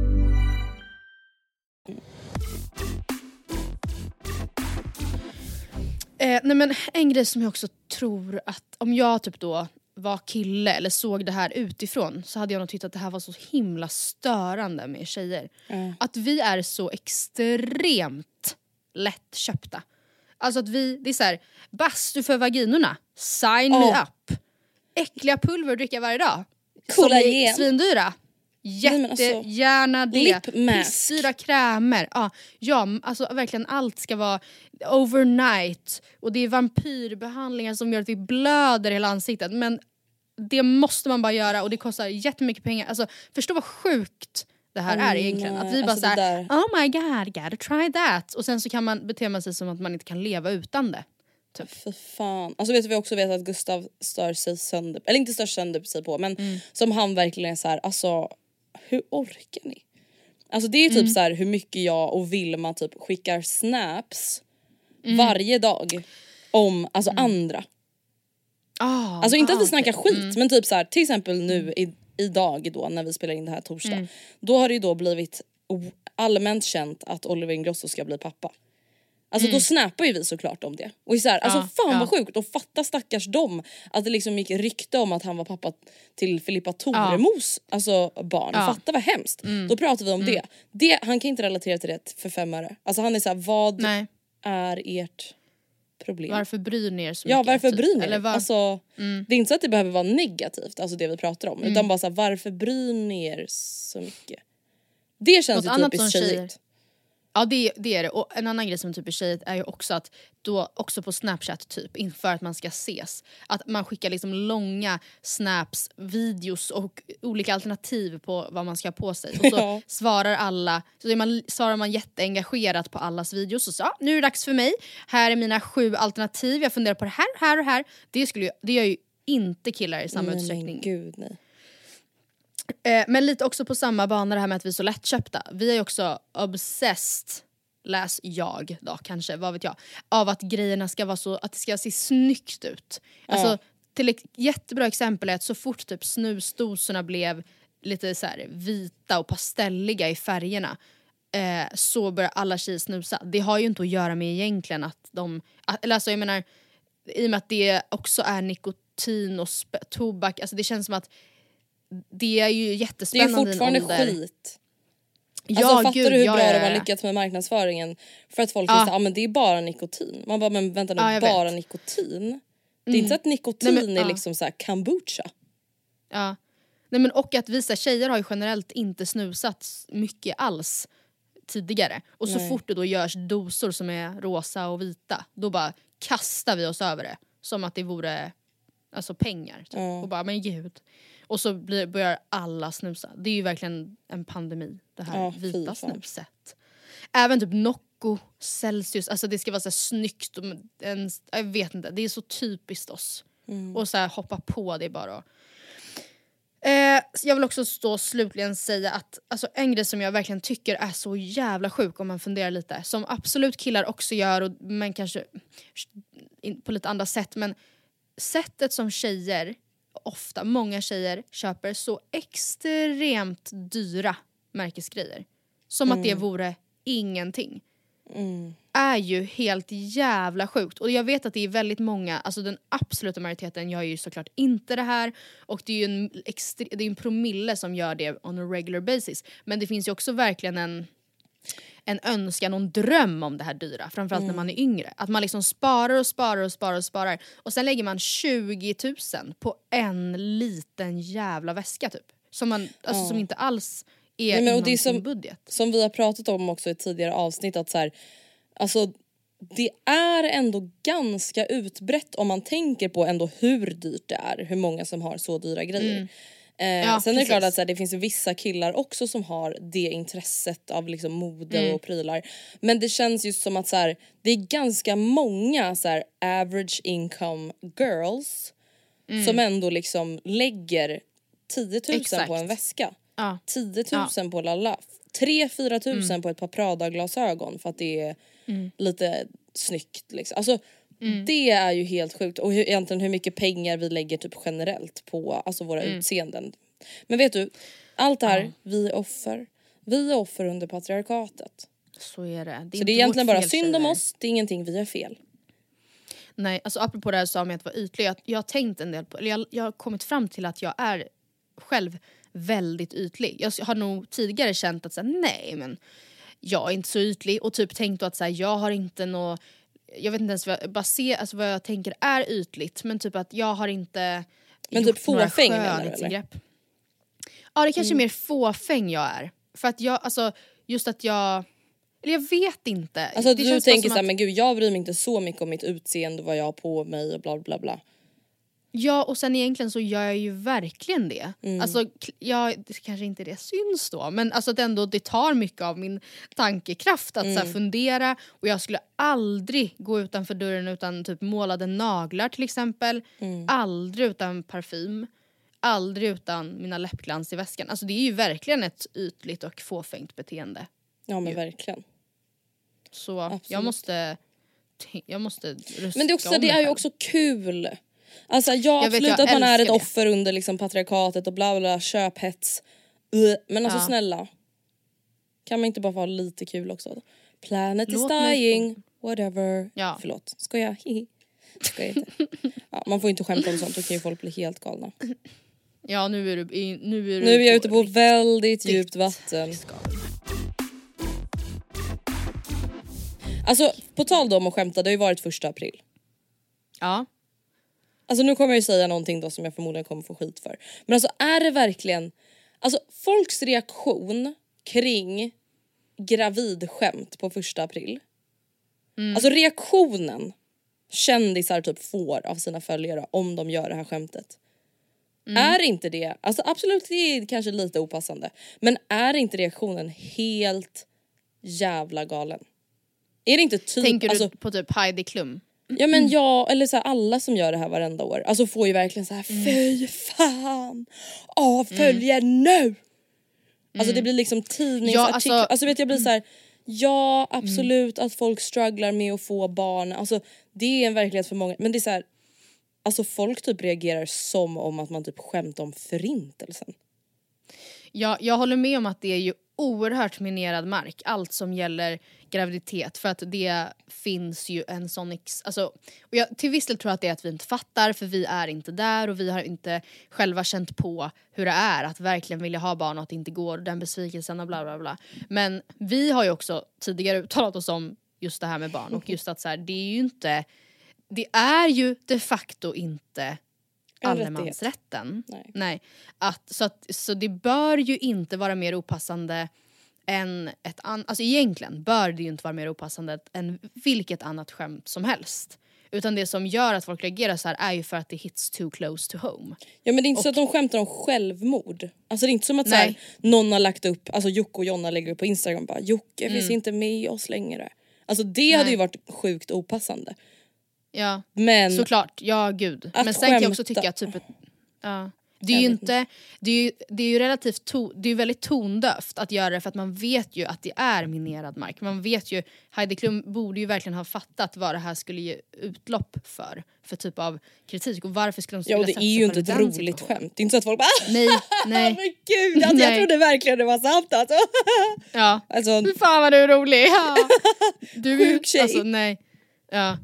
Eh, nej men en grej som jag också tror att om jag typ då var kille eller såg det här utifrån så hade jag nog tyckt att det här var så himla störande med tjejer. Mm. Att vi är så extremt lättköpta. Alltså att vi, det är så här, bastu för vaginorna, sign oh. me up. Äckliga pulver att dricka varje dag. Kollagen. Svindyra. Jättegärna alltså, det. Pissdyra krämer. Ja, ja, alltså verkligen allt ska vara overnight. Och det är vampyrbehandlingar som gör att vi blöder hela ansiktet. Men det måste man bara göra och det kostar jättemycket pengar. Alltså förstå vad sjukt det här mm, är egentligen. Att vi bara alltså såhär, oh my god, gotta try that. Och sen så kan man bete sig som att man inte kan leva utan det. Typ. För fan. Alltså vet du, vi också vet att Gustav stör sig sönder. Eller inte stör sönder sig på. Men mm. som han verkligen är så här, alltså hur orkar ni? Alltså det är typ mm. så här hur mycket jag och Vilma typ skickar snaps mm. varje dag om alltså mm. andra. Oh, alltså inte ah, att vi snackar okay. skit mm. men typ så här till exempel nu i, idag då när vi spelar in det här torsdag. Mm. Då har det ju då blivit allmänt känt att Oliver Ingrosso ska bli pappa. Alltså mm. då snappar ju vi såklart om det. Och så här, ja, alltså fan ja. vad sjukt. Och fatta stackars dem att det liksom gick rykte om att han var pappa till Filippa Toremos ja. alltså barn. Ja. Fatta vad hemskt. Mm. Då pratar vi om mm. det. det. Han kan inte relatera till det för fem öre. Alltså han är så här, vad Nej. är ert problem? Varför bryr ni er så ja, mycket? Ja, varför typ? bryr ni er? Eller var... alltså, mm. det är inte så att det behöver vara negativt, alltså det vi pratar om. Mm. Utan bara så här, varför bryr ni er så mycket? Det känns ju typiskt tjejigt. Ja det, det är det. Och en annan grej som typ är tjejigt är ju också att då också på Snapchat typ inför att man ska ses. Att man skickar liksom långa snaps, videos och olika alternativ på vad man ska ha på sig. Och så Ja. svarar alla, så är man, svarar man jätteengagerat på allas videos och så ja, nu är det dags för mig. Här är mina sju alternativ, jag funderar på det här, här och här. Det, skulle ju, det gör ju inte killar i samma Nej, utsträckning. men gud nej. Eh, men lite också på samma bana det här med att vi är så lättköpta. Vi är ju också obsessed, läs jag då kanske, vad vet jag, av att grejerna ska vara så, att det ska se snyggt ut. Alltså Ja. till ett jättebra exempel är att så fort typ snusdosorna blev lite så här vita och pastelliga i färgerna eh, så börjar alla tjejer snusa. Det har ju inte att göra med egentligen att de, att, eller alltså jag menar i och med att det också är nikotin och sp- tobak, alltså det känns som att det är ju Det är jättespännande ju fortfarande i en ålder. skit. Ja, Alltså fattar gud, du hur ja, bra ja, de har ja. lyckats med marknadsföringen? För att folk Ja. säger att ah, men det är bara nikotin. Man bara, men vänta nu, Ja, jag bara vet. nikotin? Det är inte så att nikotin Nej, men, är ja. liksom så här kombucha. Ja. Nej, men och att vissa tjejer har ju generellt inte snusat mycket alls tidigare. Och så Nej. fort det då görs dosor som är rosa och vita, då bara kastar vi oss över det. Som att det vore alltså pengar. Typ. Ja. Och bara, men gud. Och så blir, börjar alla snusa. Det är ju verkligen en pandemi, det här Ja, fy vita fan. snuset. Även typ Nocco, Celsius, alltså det ska vara så här snyggt. Och en, jag vet inte, det är så typiskt oss. Mm. Och så här hoppa på det bara. Eh, jag vill också stå slutligen säga att alltså, en grej som jag verkligen tycker är så jävla sjuk om man funderar lite. Som absolut killar också gör, och, men kanske in, på lite andra sätt. Men sättet som tjejer, ofta många tjejer, köper så extremt dyra märkesgrejer. Som att det vore ingenting. Mm. Är ju helt jävla sjukt. Och jag vet att det är väldigt många, alltså den absoluta majoriteten gör ju såklart inte det här. Och det är ju en, extre- det är en promille som gör det on a regular basis. Men det finns ju också verkligen en, en önskan och en dröm om det här dyra. Framförallt mm. när man är yngre. Att man liksom sparar och sparar och sparar och sparar. Och sen lägger man tjugo tusen på en liten jävla väska typ. Som, man, alltså, Ja. som inte alls är Nej, men, och inom det är sin som, budget. som vi har pratat om också i ett tidigare avsnitt, att så här, alltså det är ändå ganska utbrett om man tänker på ändå hur dyrt det är, hur många som har så dyra grejer. Mm. Eh, Ja, sen är det klart precis. att så här, det finns vissa killar också som har det intresset av liksom mode Mm. och prylar. Men det känns ju som att så här, det är ganska många så här, average income girls Mm. som ändå liksom lägger tio tusen Exakt. på en väska. Ja. tio tusen på lalla. tre till fyra tusen Mm. på ett par Prada-glasögon för att det är lite snyggt. Liksom. Alltså, Mm. det är ju helt sjukt. Och hur, egentligen hur mycket pengar vi lägger typ generellt på alltså, våra Mm. utseenden. Men vet du, allt det här, vi är offer. Vi är offer under patriarkatet. Så är det. Det är Så inte det är egentligen vårt bara fel, synd om tjejer. oss, det är ingenting vi gör fel. Nej, alltså apropå det här sa med att vara ytlig. Jag, jag har tänkt en del på, eller jag, jag har kommit fram till att jag är själv väldigt ytlig. Jag har nog tidigare känt att så här, nej men jag är inte så ytlig. Och typ tänkt att så här, jag har inte nå, jag vet inte ens vad jag, bara se, alltså, vad jag tänker är ytligt. Men typ att jag har inte Men gjort typ några fåfäng menar du, eller? skönhetsingrepp. Ja, det kanske är mer fåfäng jag är. För att jag, alltså just att jag, eller jag vet inte. Alltså det du känns bara tänker som såhär, att- men gud jag bryr mig inte så mycket om mitt utseende och vad jag har på mig och bla bla bla. Ja, och sen egentligen så gör jag ju verkligen det. Mm. Alltså, k- ja, det kanske inte det syns då, men alltså att ändå det tar mycket av min tankekraft att så här, fundera. Och jag skulle aldrig gå utanför dörren utan typ målade naglar till exempel. Aldrig utan parfym. Aldrig utan mina läppglans i väskan. Alltså det är ju verkligen ett ytligt och fåfängt beteende. Ja men Jo. verkligen. Så Absolut. jag måste, t- jag måste ruska Men det är, också, om det mig är ju själv. också kul. Alltså ja Jag vet, absolut jag att man är ett älskar det. offer under liksom patriarkatet och bla bla, köphets. Uh, Men alltså Ja. snälla. Kan man inte bara få lite kul också? Planet Låt is mig dying, whatever. Ja. Förlåt, ska jag? Ska jag inte. Ja, man får inte skämta om sånt, då kan ju folk bli helt galna. Ja, nu är du, i- nu är du Nu är jag ute på riktigt väldigt djupt vatten. skadlig. Alltså på tal då om att skämta, det har ju varit första april. Ja. Alltså nu kommer jag ju säga någonting då som jag förmodligen kommer få skit för. Men alltså är det verkligen, alltså folks reaktion kring gravidskämt på första april. Mm. Alltså reaktionen kändisar typ får av sina följare om de gör det här skämtet. Mm. Är inte det, alltså absolut det är kanske lite opassande, men är inte reaktionen helt jävla galen? Är det inte typ... Tänker du alltså, på typ Heidi Klum? Ja men ja, eller så här, alla som gör det här varenda år, alltså får ju verkligen så här mm. fy fan, avfölj mm. nu! Mm. Alltså det blir liksom tidningsartiklar, ja, alltså, alltså vet jag blir så här. Ja absolut mm. att folk strugglar med att få barn, alltså det är en verklighet för många, men det är så här, alltså folk typ reagerar som om att man typ skämtar om förintelsen. Ja, jag håller med om att det är ju oerhört minerad mark, allt som gäller graviditet, för att det finns ju en sån ex- alltså, och jag till viss del tror att det är att vi inte fattar, för vi är inte där och vi har inte själva känt på hur det är att verkligen vilja ha barn och att det inte går, den besvikelsen och bla bla bla. Men vi har ju också tidigare uttalat oss om just det här med barn och just att så här, det är ju inte, det är ju de facto inte allemansrätten. Nej. Nej. Att, så, att, så det bör ju inte vara mer opassande än ett annat, alltså egentligen bör det ju inte vara mer opassande än vilket annat skämt som helst. Utan det som gör att folk reagerar så här är ju för att det hits too close to home. Ja men det är inte och, så att de skämtar om självmord. Alltså det är inte som att så här, någon har lagt upp, alltså Jocke och Jonna lägger upp på Instagram bara, Jocke mm. finns inte med oss längre. Alltså det Nej. hade ju varit sjukt opassande. Ja, men såklart, ja gud. Men sen kan jag också tycka att typ ett, ja. Det är ju inte, det är ju, det är ju relativt to, det är ju väldigt tondövt att göra det, för att man vet ju att det är minerad mark. Man vet ju, Heidi Klum borde ju verkligen ha fattat vad det här skulle ge utlopp för, för typ av kritik, och varför skulle de Ja, och det är ju inte ett roligt skämt. Det är inte så att folk bara nej, nej. men gud, alltså, nej. Jag trodde verkligen det var sant alltså. Ja, alltså, fy fan vad du är rolig. Ja. Du sjuk tjej. Alltså nej. Ja.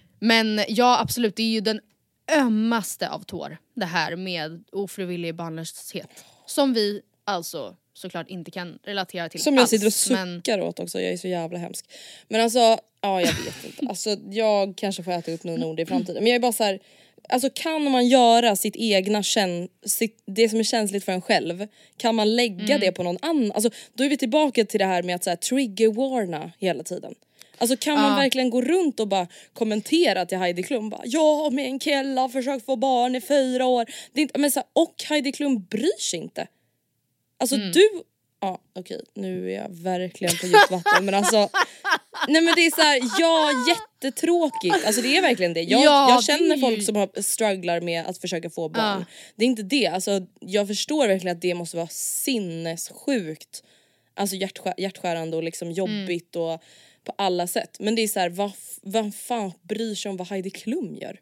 Men ja, absolut, det är ju den ömmaste av tår, det här med ofrivillig barnlöshet, som vi alltså såklart inte kan relatera till som jag alls, sitter och suckar men... åt också, jag är så jävla hemsk. Men alltså, ja jag vet inte, alltså jag kanske får äta upp någon ord i framtiden, men jag är bara så här, alltså kan man göra sitt egna kän- sitt, det som är känsligt för en själv, kan man lägga mm. det på någon annan, alltså då är vi tillbaka till det här med att så här, trigger-warna hela tiden. Alltså kan man ah. verkligen gå runt och bara kommentera till Heidi Klum bara, ja men en kille har försökt få barn i fyra år. Det är inte, men så här, och Heidi Klum bryr sig inte. Alltså mm. du, ja okej nu är jag verkligen på djupt vatten men alltså, nej men det är så här, ja jättetråkigt. Alltså det är verkligen det. Jag, ja, jag känner folk ju... som har strugglar med att försöka få barn. Ah. Det är inte det, alltså jag förstår verkligen att det måste vara sinnessjukt. Alltså hjärtskär, hjärtskärande och liksom jobbigt mm. och på alla sätt. Men det är så här, vad, vad fan bryr sig om vad Heidi Klum gör?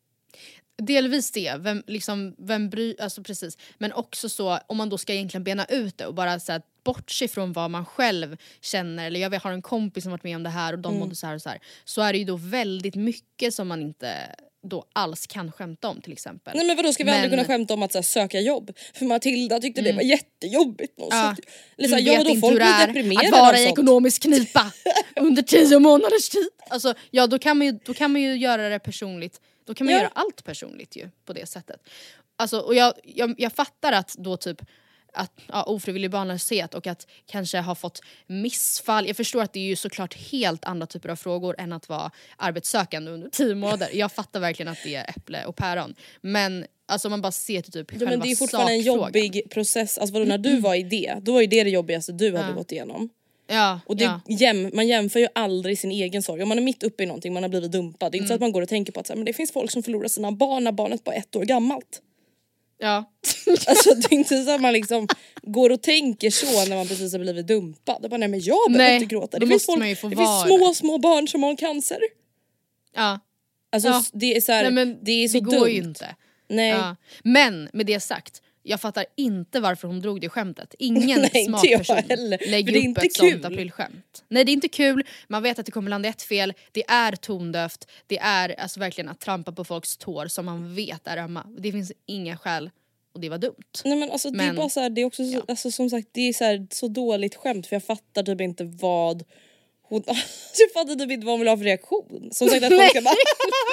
Delvis det, vem, liksom, vem bryr, alltså precis. Men också så, om man då ska egentligen bena ut det och bara så här, bortse från vad man själv känner, eller jag har en kompis som varit med om det här och de mm. mådde så här och så här, så är det ju då väldigt mycket som man inte då alls kan skämta om till exempel. Nej men vadå, ska vi men... aldrig kunna skämta om att så här, söka jobb? För Matilda tyckte mm. det var jättejobbigt. Ja. Eller så här, ja, då folk blir deprimerade att vara i ekonomisk knipa under tio månaders tid. Alltså, ja då kan man ju, då kan man ju göra det personligt. Då kan man ja. göra allt personligt ju på det sättet. Alltså, och jag, jag, jag fattar att då typ att ja, ofrivillig barnlöshet och att kanske ha fått missfall. Jag förstår att det är ju såklart helt andra typer av frågor än att vara arbetssökande under tio månader. Jag fattar verkligen att det är äpple och päron. Men alltså man bara ser till typ ja, själva men det är fortfarande sakfrågan. En jobbig process. Alltså vadå, när du var i det, då var ju det det jobbigaste du hade ja. gått igenom. Ja, och det ja. jäm, man jämför ju aldrig sin egen sorg. Om man är mitt uppe i någonting, man har blivit dumpad. Det är inte mm. så att man går och tänker på att så här, men det finns folk som förlorar sina barn när barnet bara är ett år gammalt. Ja. Alltså det är inte så att man liksom går och tänker så när man precis har blivit dumpad. Bara, nej men jag behöver inte gråta. Det finns, folk, det finns små det. små barn som har cancer. Ja. Alltså ja. det är så här, nej, men det är så det dumt. går ju inte. Nej. Ja. Men med det sagt, jag fattar inte varför hon drog det skämtet. Ingen nej, smart person lägger upp ett kul. sånt aprilskämt. Nej, det är inte kul. Man vet att det kommer landa ett fel. Det är tondövt. Det är alltså verkligen att trampa på folks tår som man vet är ömma. Det finns inga skäl. Och det var dumt. Nej men alltså men, det är bara så här, det är också så, ja. alltså, som sagt det är så här, så dåligt skämt för jag fattar typ inte vad hon jag fattar typ inte vad hon vill ha för reaktion. Som sagt att folk ska bara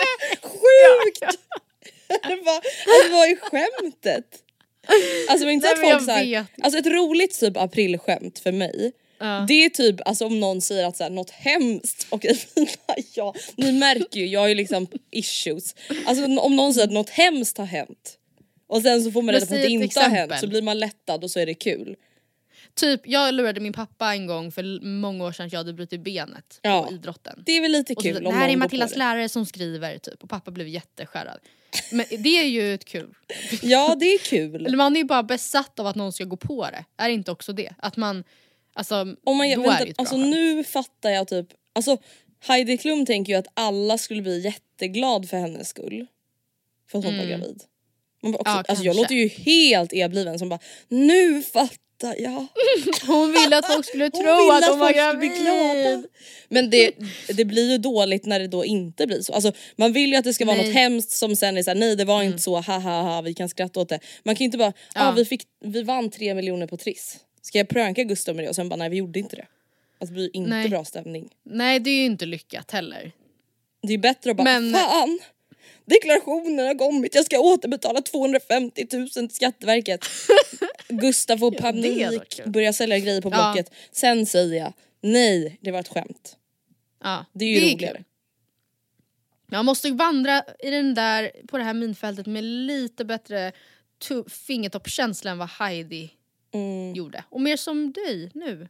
sjukt. Ja, ja. Det var alltså, vad är skämtet? Alltså inte så att folk så här, alltså ett roligt typ aprilskämt för mig Ja. Det är typ, alltså om någon säger att så här, något hemskt, och ja, ni märker ju, jag har ju liksom issues. Alltså om någon säger att något hemskt har hänt och sen så får man reda på att det inte har hänt, så blir man lättad och så är det kul. Typ, jag lurade min pappa en gång för många år sedan att jag hade brutit benet ja. på idrotten. Det är väl lite kul. Så, det här är Matildas lärare som skriver typ, och pappa blev jätteskärrad. Men det är ju ett kul. Ja, det är kul. Eller man är ju bara besatt av att någon ska gå på det. Är inte också det? Att man, alltså, om man, då vänta, är det ett alltså bra nu fattar jag typ, alltså Heidi Klum tänker ju att alla skulle bli jätteglad för hennes skull. För att hon mm. var gravid. Man bara också, ja, alltså jag låter ju helt ebliven som bara, nu fattar jag. Hon ville att folk skulle tro hon att, att hon var gravid. Men det, det blir ju dåligt när det då inte blir så. Alltså man vill ju att det ska vara nej. något hemskt som sen är såhär, nej det var mm. inte så, haha ha, vi kan skratta åt det. Man kan ju inte bara, ja ah, vi, fick, vi vann tre miljoner på Triss. Ska jag pranka Gustav med det? Och sen bara, nej vi gjorde inte det. Alltså det blir inte nej. bra stämning. Nej, det är ju inte lyckat heller. Det är bättre att bara, men fan, deklarationen har kommit, jag ska återbetala tvåhundrafemtio tusen till Skatteverket. Gustav får panik, börjar sälja grejer på Blocket. Ja. Sen säger jag, nej, det var ett skämt. Ja, det är ju det är roligare. Kul. Jag måste vandra i den där, på det här minfältet med lite bättre tu- fingertoppkänsla än vad Heidi mm. gjorde. Och mer som dig nu.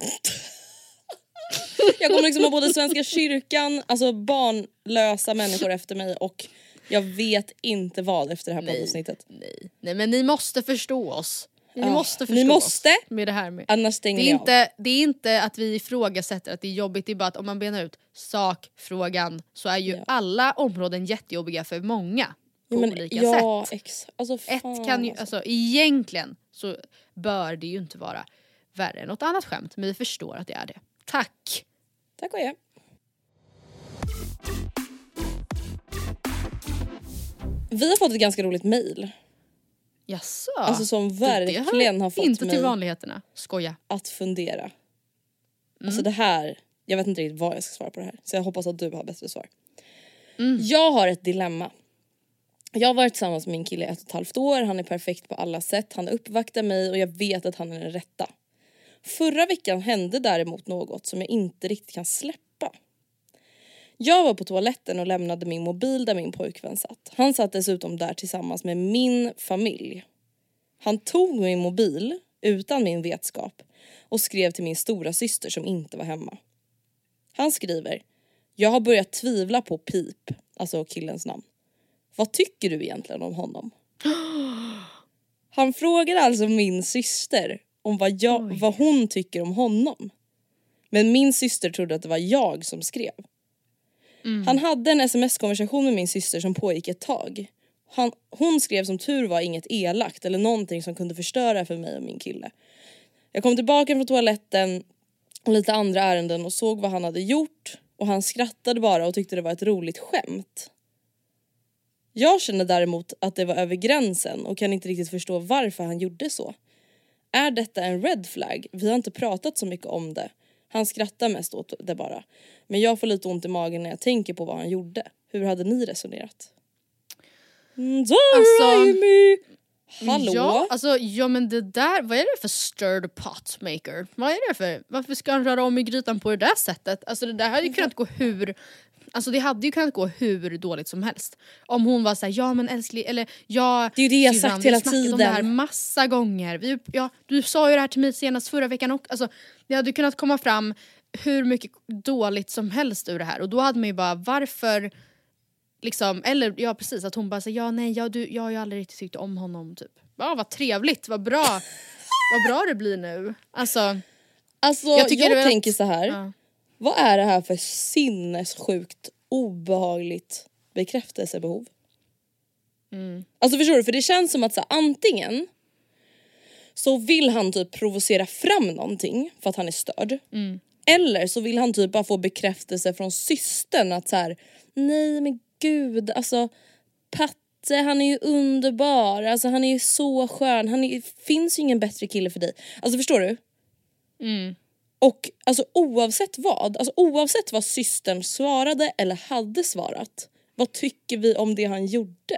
Jag kommer liksom ha både Svenska kyrkan, alltså barnlösa människor efter mig, och jag vet inte vad efter det här poddavsnittet. Nej, nej, men ni måste förstå oss. Ni oh, måste förstå ni måste? oss med det här med. Annars stänger det är inte, det är inte att vi ifrågasätter att det är jobbigt, det är bara att om man benar ut sakfrågan så är ju ja. alla områden jättejobbiga för många på ja, men, olika ja, sätt. Ex, alltså, fan, Ett kan ju, alltså egentligen så bör det ju inte vara värre än något annat skämt, men vi förstår att det är det. Tack! Tack och jag. Vi har fått ett ganska roligt mejl. Jaså? Alltså som verkligen har fått inte mig till vanligheterna. Skoja. Att fundera. Mm. Alltså Mm. det här, jag vet inte riktigt vad jag ska svara på det här. Så jag hoppas att du har bättre svar. Mm. Jag har ett dilemma. Jag har varit tillsammans med min kille i ett och ett halvt år. Han är perfekt på alla sätt. Han uppvaktar mig och jag vet att han är den rätta. Förra veckan hände däremot något som jag inte riktigt kan släppa. Jag var på toaletten och lämnade min mobil där min pojkvän satt. Han satt dessutom där tillsammans med min familj. Han tog min mobil utan min vetskap och skrev till min stora syster som inte var hemma. Han skriver: jag har börjat tvivla på Pip, alltså killens namn. Vad tycker du egentligen om honom? Han frågar alltså min syster om vad, jag, vad hon tycker om honom. Men min syster trodde att det var jag som skrev. Mm. Han hade en sms-konversation med min syster som pågick ett tag. Han, hon skrev som tur var inget elakt eller någonting som kunde förstöra för mig och min kille. Jag kom tillbaka från toaletten och lite andra ärenden och såg vad han hade gjort. Och han skrattade bara och tyckte det var ett roligt skämt. Jag kände däremot att det var över gränsen och kan inte riktigt förstå varför han gjorde så. Är detta en red flag? Vi har inte pratat så mycket om det. Han skrattar mest åt det bara. Men jag får lite ont i magen när jag tänker på vad han gjorde. Hur hade ni resonerat? Mm, alltså, hallå? Ja, alltså, ja men det där, vad är det för stirred pot maker? Vad är det för, varför ska han röra om i grytan på det där sättet? Alltså det där hade ju kunnat gå hur, alltså det hade ju kunnat gå hur dåligt som helst. Om hon var såhär, ja men älskling, eller ja, det är ju det jag syrran, sagt hela tiden. Om det här massa gånger. Vi, ja, du sa ju det här till mig senast förra veckan och alltså det hade kunnat komma fram hur mycket dåligt som helst ur det här. Och då hade man ju bara, varför liksom, eller ja precis, att hon bara säger ja nej, ja, du, jag har ju aldrig riktigt tyckt om honom typ. Ja, vad trevligt, vad bra. Vad bra det blir nu. Alltså, alltså jag, tycker jag tänker att, så här. Ja. Vad är det här för sinnessjukt obehagligt bekräftelsebehov? Mm. Alltså förstår du, för det känns som att så här, antingen så vill han typ provocera fram någonting för att han är störd. Mm. Eller så vill han typ bara få bekräftelse från systern att så här, nej men gud, alltså Patte, han är ju underbar, alltså han är ju så skön, han är, finns ju ingen bättre kille för dig. Alltså förstår du? Mm. Och alltså oavsett vad, alltså oavsett vad systern svarade eller hade svarat, vad tycker vi om det han gjorde?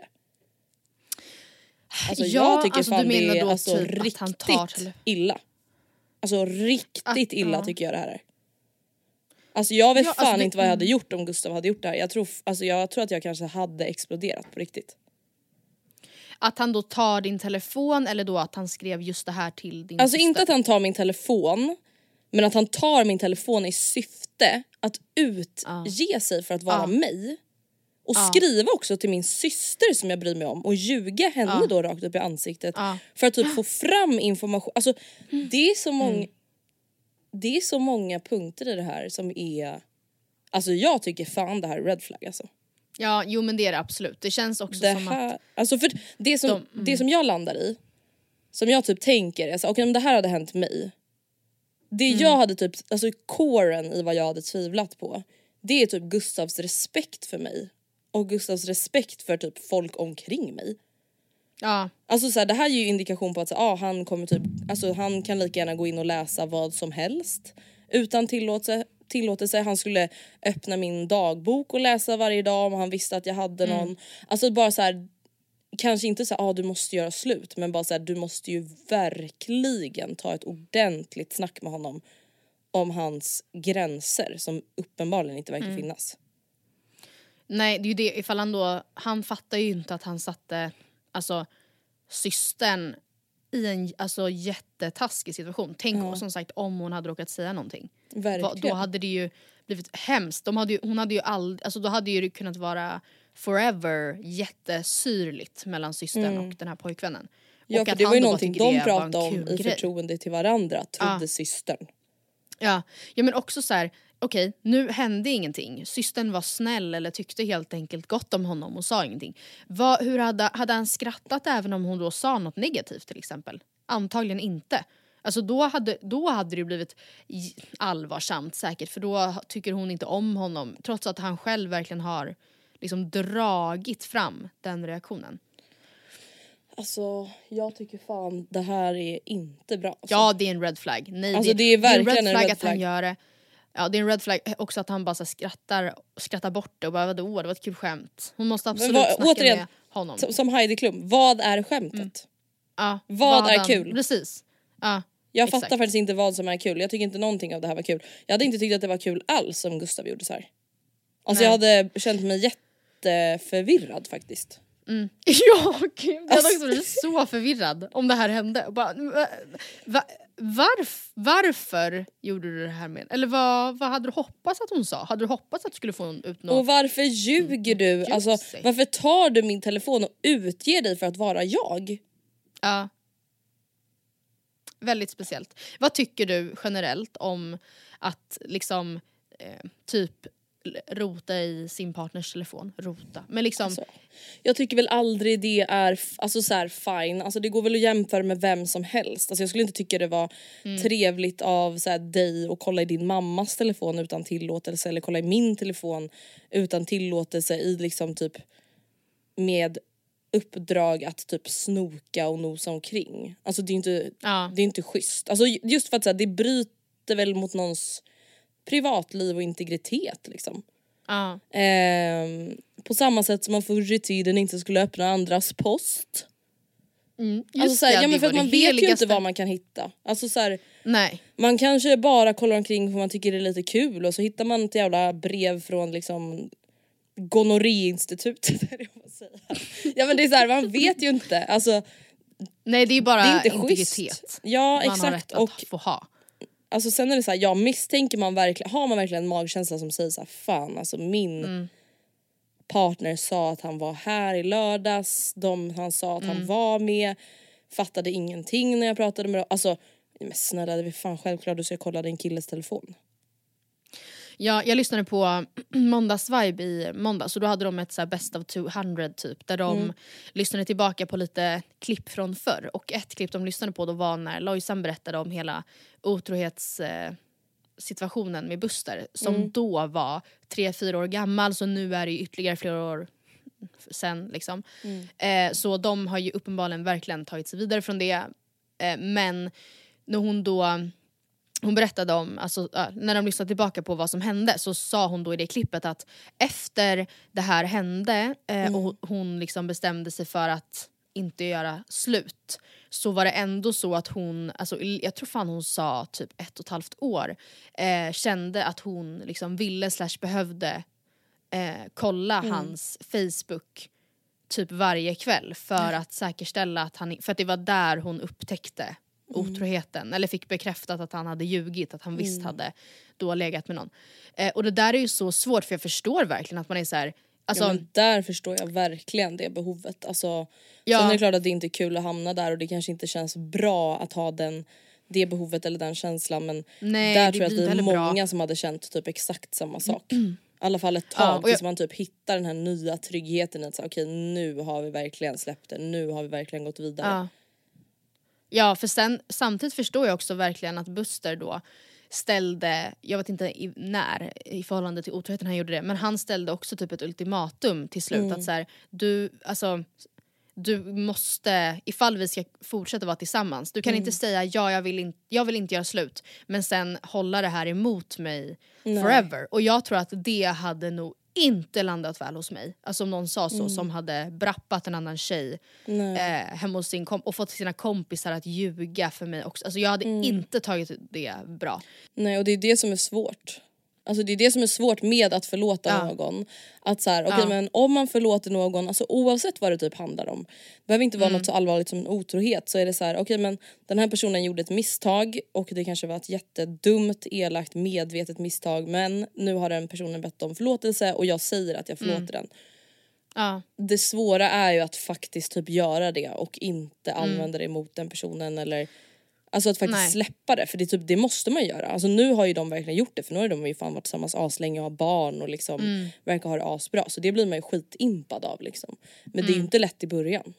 Alltså ja, jag tycker alltså, fan du menar det är då alltså typ riktigt att han tar till... illa. Alltså riktigt Att, illa ja. tycker jag det här är. Alltså jag vet Ja, fan alltså det- inte vad jag hade gjort om Gustav hade gjort det här. Jag tror, alltså jag tror att jag kanske hade exploderat på riktigt. Att han då tar din telefon eller då att han skrev just det här till din Alltså syster. inte att han tar min telefon, men att han tar min telefon i syfte att utge sig för att vara Ja. mig. Och Ja. skriva också till min syster som jag bryr mig om och ljuga henne Ja. då rakt upp i ansiktet Ja. för att typ få fram information. Alltså det är så många Mm. det är så många punkter i det här som är, alltså jag tycker fan det här är red flag alltså. Ja, jo men det är det absolut. Det känns också Det som här, att... alltså för det som, De- mm. det som jag landar i, som jag typ tänker är så, okej om det här hade hänt mig. Det Mm. jag hade typ, alltså coren i vad jag hade tvivlat på, det är typ Gustavs respekt för mig. Och Gustavs respekt för typ folk omkring mig. Ja, Alltså så här, det här är ju indikation på att så, ah, han kommer typ, alltså han kan lika gärna gå in och läsa vad som helst utan tillåtelse. tillåtelse. Han skulle öppna min dagbok och läsa varje dag om han visste att jag hade någon. Mm. Alltså bara så här, kanske inte så här, ah, du måste göra slut, men bara så här, du måste ju verkligen ta ett ordentligt snack med honom om hans gränser som uppenbarligen inte verkar Mm. finnas. nej det är ju det, ifall han då, han fattar ju inte att han satte alltså systern i en alltså jättetaskig situation. Tänk Ja. som sagt om hon hade råkat säga någonting. Verkligen. Va, då hade det ju blivit hemskt. De hade ju, hon hade ju aldrig, alltså då hade ju det kunnat vara forever jättesyrligt mellan systern och den här pojkvännen. Ja, Och för att det var han ju då någonting tycker de det var en pratade om kul i grej. förtroende till varandra, trodde Ja. systern. Ja. ja men också så här, okej nu hände ingenting. Systern var snäll eller tyckte helt enkelt gott om honom och sa ingenting. Vad, hur hade, hade han skrattat även om hon då sa något negativt till exempel? Antagligen inte. Alltså då hade, då hade det blivit j- allvarsamt säkert, för då tycker hon inte om honom trots att han själv verkligen har liksom dragit fram den reaktionen. Alltså jag tycker fan det här är inte bra. Alltså. Ja, det är en red flag. Nej, Alltså, det är verkligen en red en flag red att han flag. gör det. Ja, det är en red flag också att han bara så skrattar, skrattar bort det och bara vadå, det var ett kul skämt. Hon måste absolut vad- snacka återigen, med honom. Som, som Heidi Klum, vad är skämtet? Mm. Ja, vad är han, kul? Precis. Ja, Jag exakt. fattar faktiskt inte vad som är kul. Jag tycker inte någonting av det här var kul. Jag hade inte tyckt att det var kul alls om Gustav gjorde så här. Alltså Nej. jag hade känt mig jätteförvirrad faktiskt. Mm. Ja, gud. Jag hade Alltså- också blivit så förvirrad om det här hände. Och bara, va, va, varf, varför gjorde du det här med? Eller vad, vad hade du hoppats att hon sa? Hade du hoppats att du skulle få ut något? Och varför ljuger du? Just Alltså, sig. varför tar du min telefon och utger dig för att vara jag? Ja. Väldigt speciellt. Vad tycker du generellt om att liksom eh, typ rota i sin partners telefon? Rota. Men liksom... Alltså, jag tycker väl aldrig det är f- alltså så här, fine. Alltså det går väl att jämföra med vem som helst. Alltså jag skulle inte tycka det var Mm. trevligt av så här, dig att kolla i din mammas telefon utan tillåtelse, eller kolla i min telefon utan tillåtelse i liksom typ med uppdrag att typ snoka och nosa omkring. Alltså det är inte, Ja. det är inte schysst. Alltså just för att så här, det bryter väl mot någons privatliv och integritet liksom. Ja. Ehm, på samma sätt som man förr i tiden inte skulle öppna andras post. Mm. Just Alltså så här, det, ja, det men för var att det man vet ju heligaste. inte vad man kan hitta. Alltså så här, Nej. man kanske bara kollar omkring för man tycker det är lite kul och så hittar man ett jävla brev från liksom gonorréinstitutet. Ja men det är så här, man vet ju inte. Alltså, Nej, det är bara det är inte integritet. schysst. Ja Man har exakt. rätt att Och få ha. alltså sen är det så här, ja misstänker man verkligen, har man verkligen en magkänsla som säger så här, fan alltså min Mm. partner sa att han var här i lördags, de han sa att Mm. han var med, fattade ingenting när jag pratade med dem. Alltså men snälla, det är fan självklart du ska kolla din killes telefon. Ja, jag lyssnade på Måndagsvibe i måndags, så då hade de ett så här best of tvåhundra typ, där de Mm. lyssnade tillbaka på lite klipp från förr. Och ett klipp de lyssnade på då var när Lojsan berättade om hela otrohetssituationen eh, situationen med Buster, som Mm. då var tre, fyra år gammal, så nu är det ju ytterligare flera år sen liksom. Mm. Eh, så de har ju uppenbarligen verkligen tagit sig vidare från det. Eh, men när hon då hon berättade om, alltså, äh, när de lyssnade tillbaka på vad som hände, så sa hon då i det klippet att efter det här hände eh, Mm. och hon liksom bestämde sig för att inte göra slut, så var det ändå så att hon, alltså, jag tror fan hon sa typ ett och ett halvt år, eh, kände att hon liksom ville slash behövde eh, kolla mm. hans Facebook typ varje kväll för mm. att säkerställa att han, för att det var där hon upptäckte mm. otroheten, eller fick bekräftat att han hade ljugit, att han visst mm. hade då legat med någon. Eh, och det där är ju så svårt, för jag förstår verkligen att man är så här. Alltså, ja, men där förstår jag verkligen det behovet. Alltså, ja. Sen är det klart att det inte är kul att hamna där, och det kanske inte känns bra att ha den, det behovet eller den känslan. Men nej, där tror jag att det är många bra. som hade känt typ exakt samma sak. Mm. I alla fall ett tag, ja, tills jag... man typ hittar den här nya tryggheten i att säga, okej, nu har vi verkligen släppt det. Nu har vi verkligen gått vidare. Ja, ja, för sen, samtidigt förstår jag också verkligen att Buster då ställde, jag vet inte i, när i förhållande till otroheten han gjorde det, men han ställde också typ ett ultimatum till slut. Mm. Att så här, du, alltså du måste, ifall vi ska fortsätta vara tillsammans, du kan mm. inte säga ja, jag vill, in, jag vill inte göra slut, men sen hålla det här emot mig Nej. forever. Och jag tror att det hade nog inte landat väl hos mig. Alltså om någon sa så, mm. som hade brappat en annan tjej eh, hemma hos sin kom- och fått sina kompisar att ljuga för mig också. Alltså jag hade mm. inte tagit det bra. Nej, och det är det som är svårt. Alltså det är det som är svårt med att förlåta ja. någon. Att så här, okej, okay, ja. men om man förlåter någon, alltså oavsett vad det typ handlar om, det behöver inte vara mm. något så allvarligt som en otrohet, så är det så här, okej, okay, men den här personen gjorde ett misstag och det kanske var ett jättedumt, elakt, medvetet misstag, men nu har den personen bett om förlåtelse och jag säger att jag förlåter mm. den. Ja. Det svåra är ju att faktiskt typ göra det och inte mm. använda det emot den personen, eller alltså att faktiskt Nej. släppa det, för det, typ, det måste man göra. Alltså nu har ju de verkligen gjort det, för nu har de ju fan varit tillsammans aslänge och har barn och liksom mm. verkar ha det asbra. Så det blir man ju skitimpad av liksom. Men mm. det är ju inte lätt i början.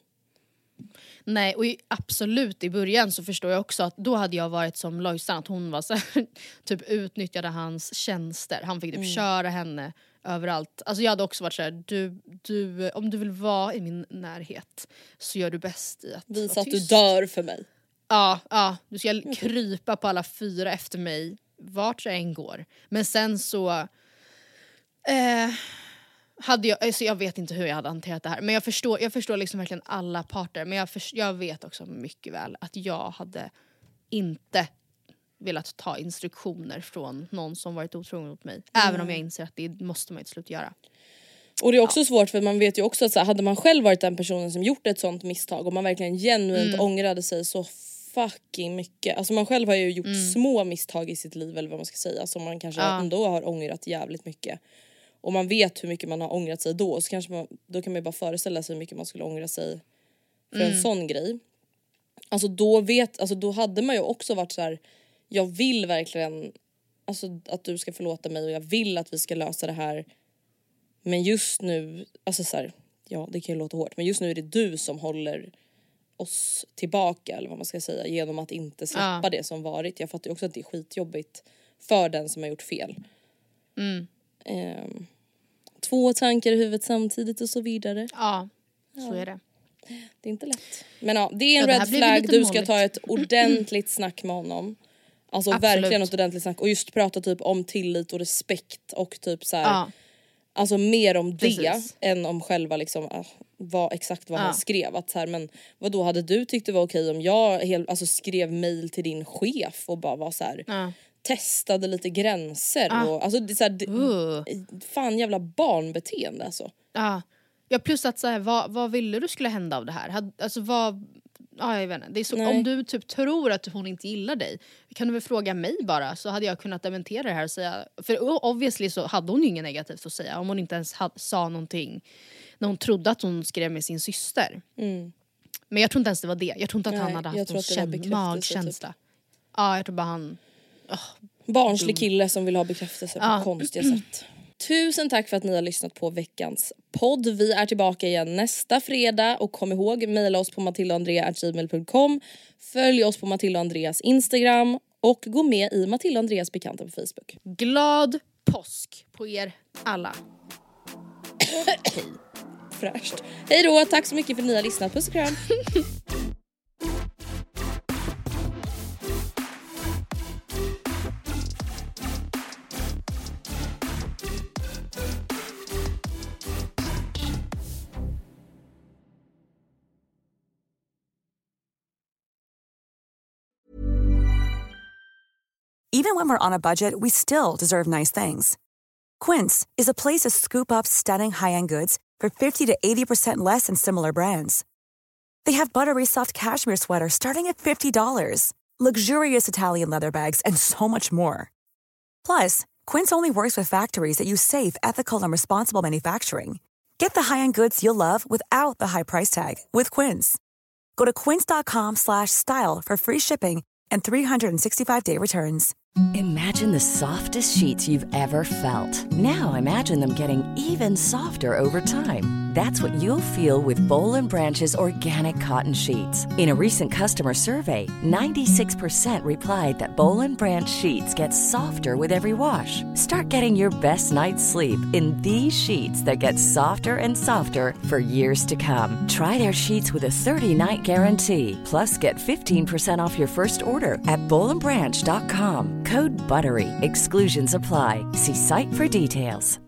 Nej, och i, absolut i början så förstår jag också att då hade jag varit som Lojsan, att hon var så här, typ utnyttjade hans tjänster. Han fick typ mm. köra henne överallt. Alltså jag hade också varit så här, du, du, om du vill vara i min närhet så gör du bäst i att visa att du dör för mig. Ja, ja, du ska krypa på alla fyra efter mig vart jag än går. Men sen så eh, hade jag, alltså jag vet inte hur jag hade hanterat det här, men jag förstår, jag förstår liksom verkligen alla parter. Men jag, för, jag vet också mycket väl att jag hade inte velat ta instruktioner från någon som varit otrogen mot mig. Mm. Även om jag inser att det måste man till slut göra. Och det är också ja. svårt, för man vet ju också att så här, hade man själv varit den personen som gjort ett sånt misstag och man verkligen genuint mm. ångrade sig så fucking mycket. Alltså man själv har ju gjort mm. små misstag i sitt liv, eller vad man ska säga, som man kanske ja. ändå har ångrat jävligt mycket. Och man vet hur mycket man har ångrat sig då, så kanske man, då kan man ju bara föreställa sig hur mycket man skulle ångra sig för mm. en sån grej. Alltså då vet, alltså då hade man ju också varit så här, jag vill verkligen alltså att du ska förlåta mig och jag vill att vi ska lösa det här. Men just nu, alltså så här, ja det kan ju låta hårt, men just nu är det du som håller oss tillbaka, eller vad man ska säga, genom att inte släppa ja. det som varit. Jag fattar ju också att det är skitjobbigt för den som har gjort fel. Mm. Um, två tankar i huvudet samtidigt och så vidare. Ja, så ja. är det. Det är inte lätt. Men ja, det är en ja, red flag. Du ska ta ett ordentligt snack med honom. Alltså Absolut. verkligen ett ordentligt snack. Och just prata typ om tillit och respekt och typ så här. Ja. Alltså mer om Precis. det än om själva liksom äh, vad, exakt vad ja. han skrev. Att så här, men vad då hade du tyckt det var okej om jag helt, alltså, skrev mejl till din chef och bara var så här, ja. testade lite gränser. Ja. Och, alltså, det, så här, det, uh. fan jävla barnbeteende alltså. Ja, ja plus att så här, vad, vad ville du skulle hända av det här? Had, alltså vad... Ja, jag vet inte. Det är så, om du typ tror att hon inte gillar dig, kan du väl fråga mig bara, så hade jag kunnat dementera det här och säga, för obviously så hade hon ju inget negativt att säga om hon inte ens had, sa någonting när hon trodde att hon skrev med sin syster. Mm. Men jag tror inte ens det var det. Jag tror inte att Nej, han hade haft någon känn- magkänsla. Typ. Ja, jag tror bara han... Oh, Barnslig kille som vill ha bekräftelse på ja. konstiga sätt. Tusen tack för att ni har lyssnat på veckans podd. Vi är tillbaka igen nästa fredag. Och kom ihåg, mejla oss på matilda andrea at gmail dot com. Följ oss på Matilda och Andreas Instagram. Och gå med i Matilda och Andreas bekanta på Facebook. Glad påsk på er alla. Fräscht. Hej då, tack så mycket för att ni har lyssnat. Puss och kram. Even when we're on a budget, we still deserve nice things. Quince is a place to scoop up stunning high-end goods for fifty to eighty percent less than similar brands. They have buttery soft cashmere sweaters starting at fifty dollars, luxurious Italian leather bags, and so much more. Plus, Quince only works with factories that use safe, ethical, and responsible manufacturing. Get the high-end goods you'll love without the high price tag with Quince. Go to quince.com slash style for free shipping and three sixty-five day returns. Imagine the softest sheets you've ever felt. Now imagine them getting even softer over time. That's what you'll feel with Boll and Branch's organic cotton sheets. In a recent customer survey, ninety-six percent replied that Boll and Branch sheets get softer with every wash. Start getting your best night's sleep in these sheets that get softer and softer for years to come. Try their sheets with a thirty night guarantee. Plus, get fifteen percent off your first order at boll and branch dot com. Code BUTTERY. Exclusions apply. See site for details.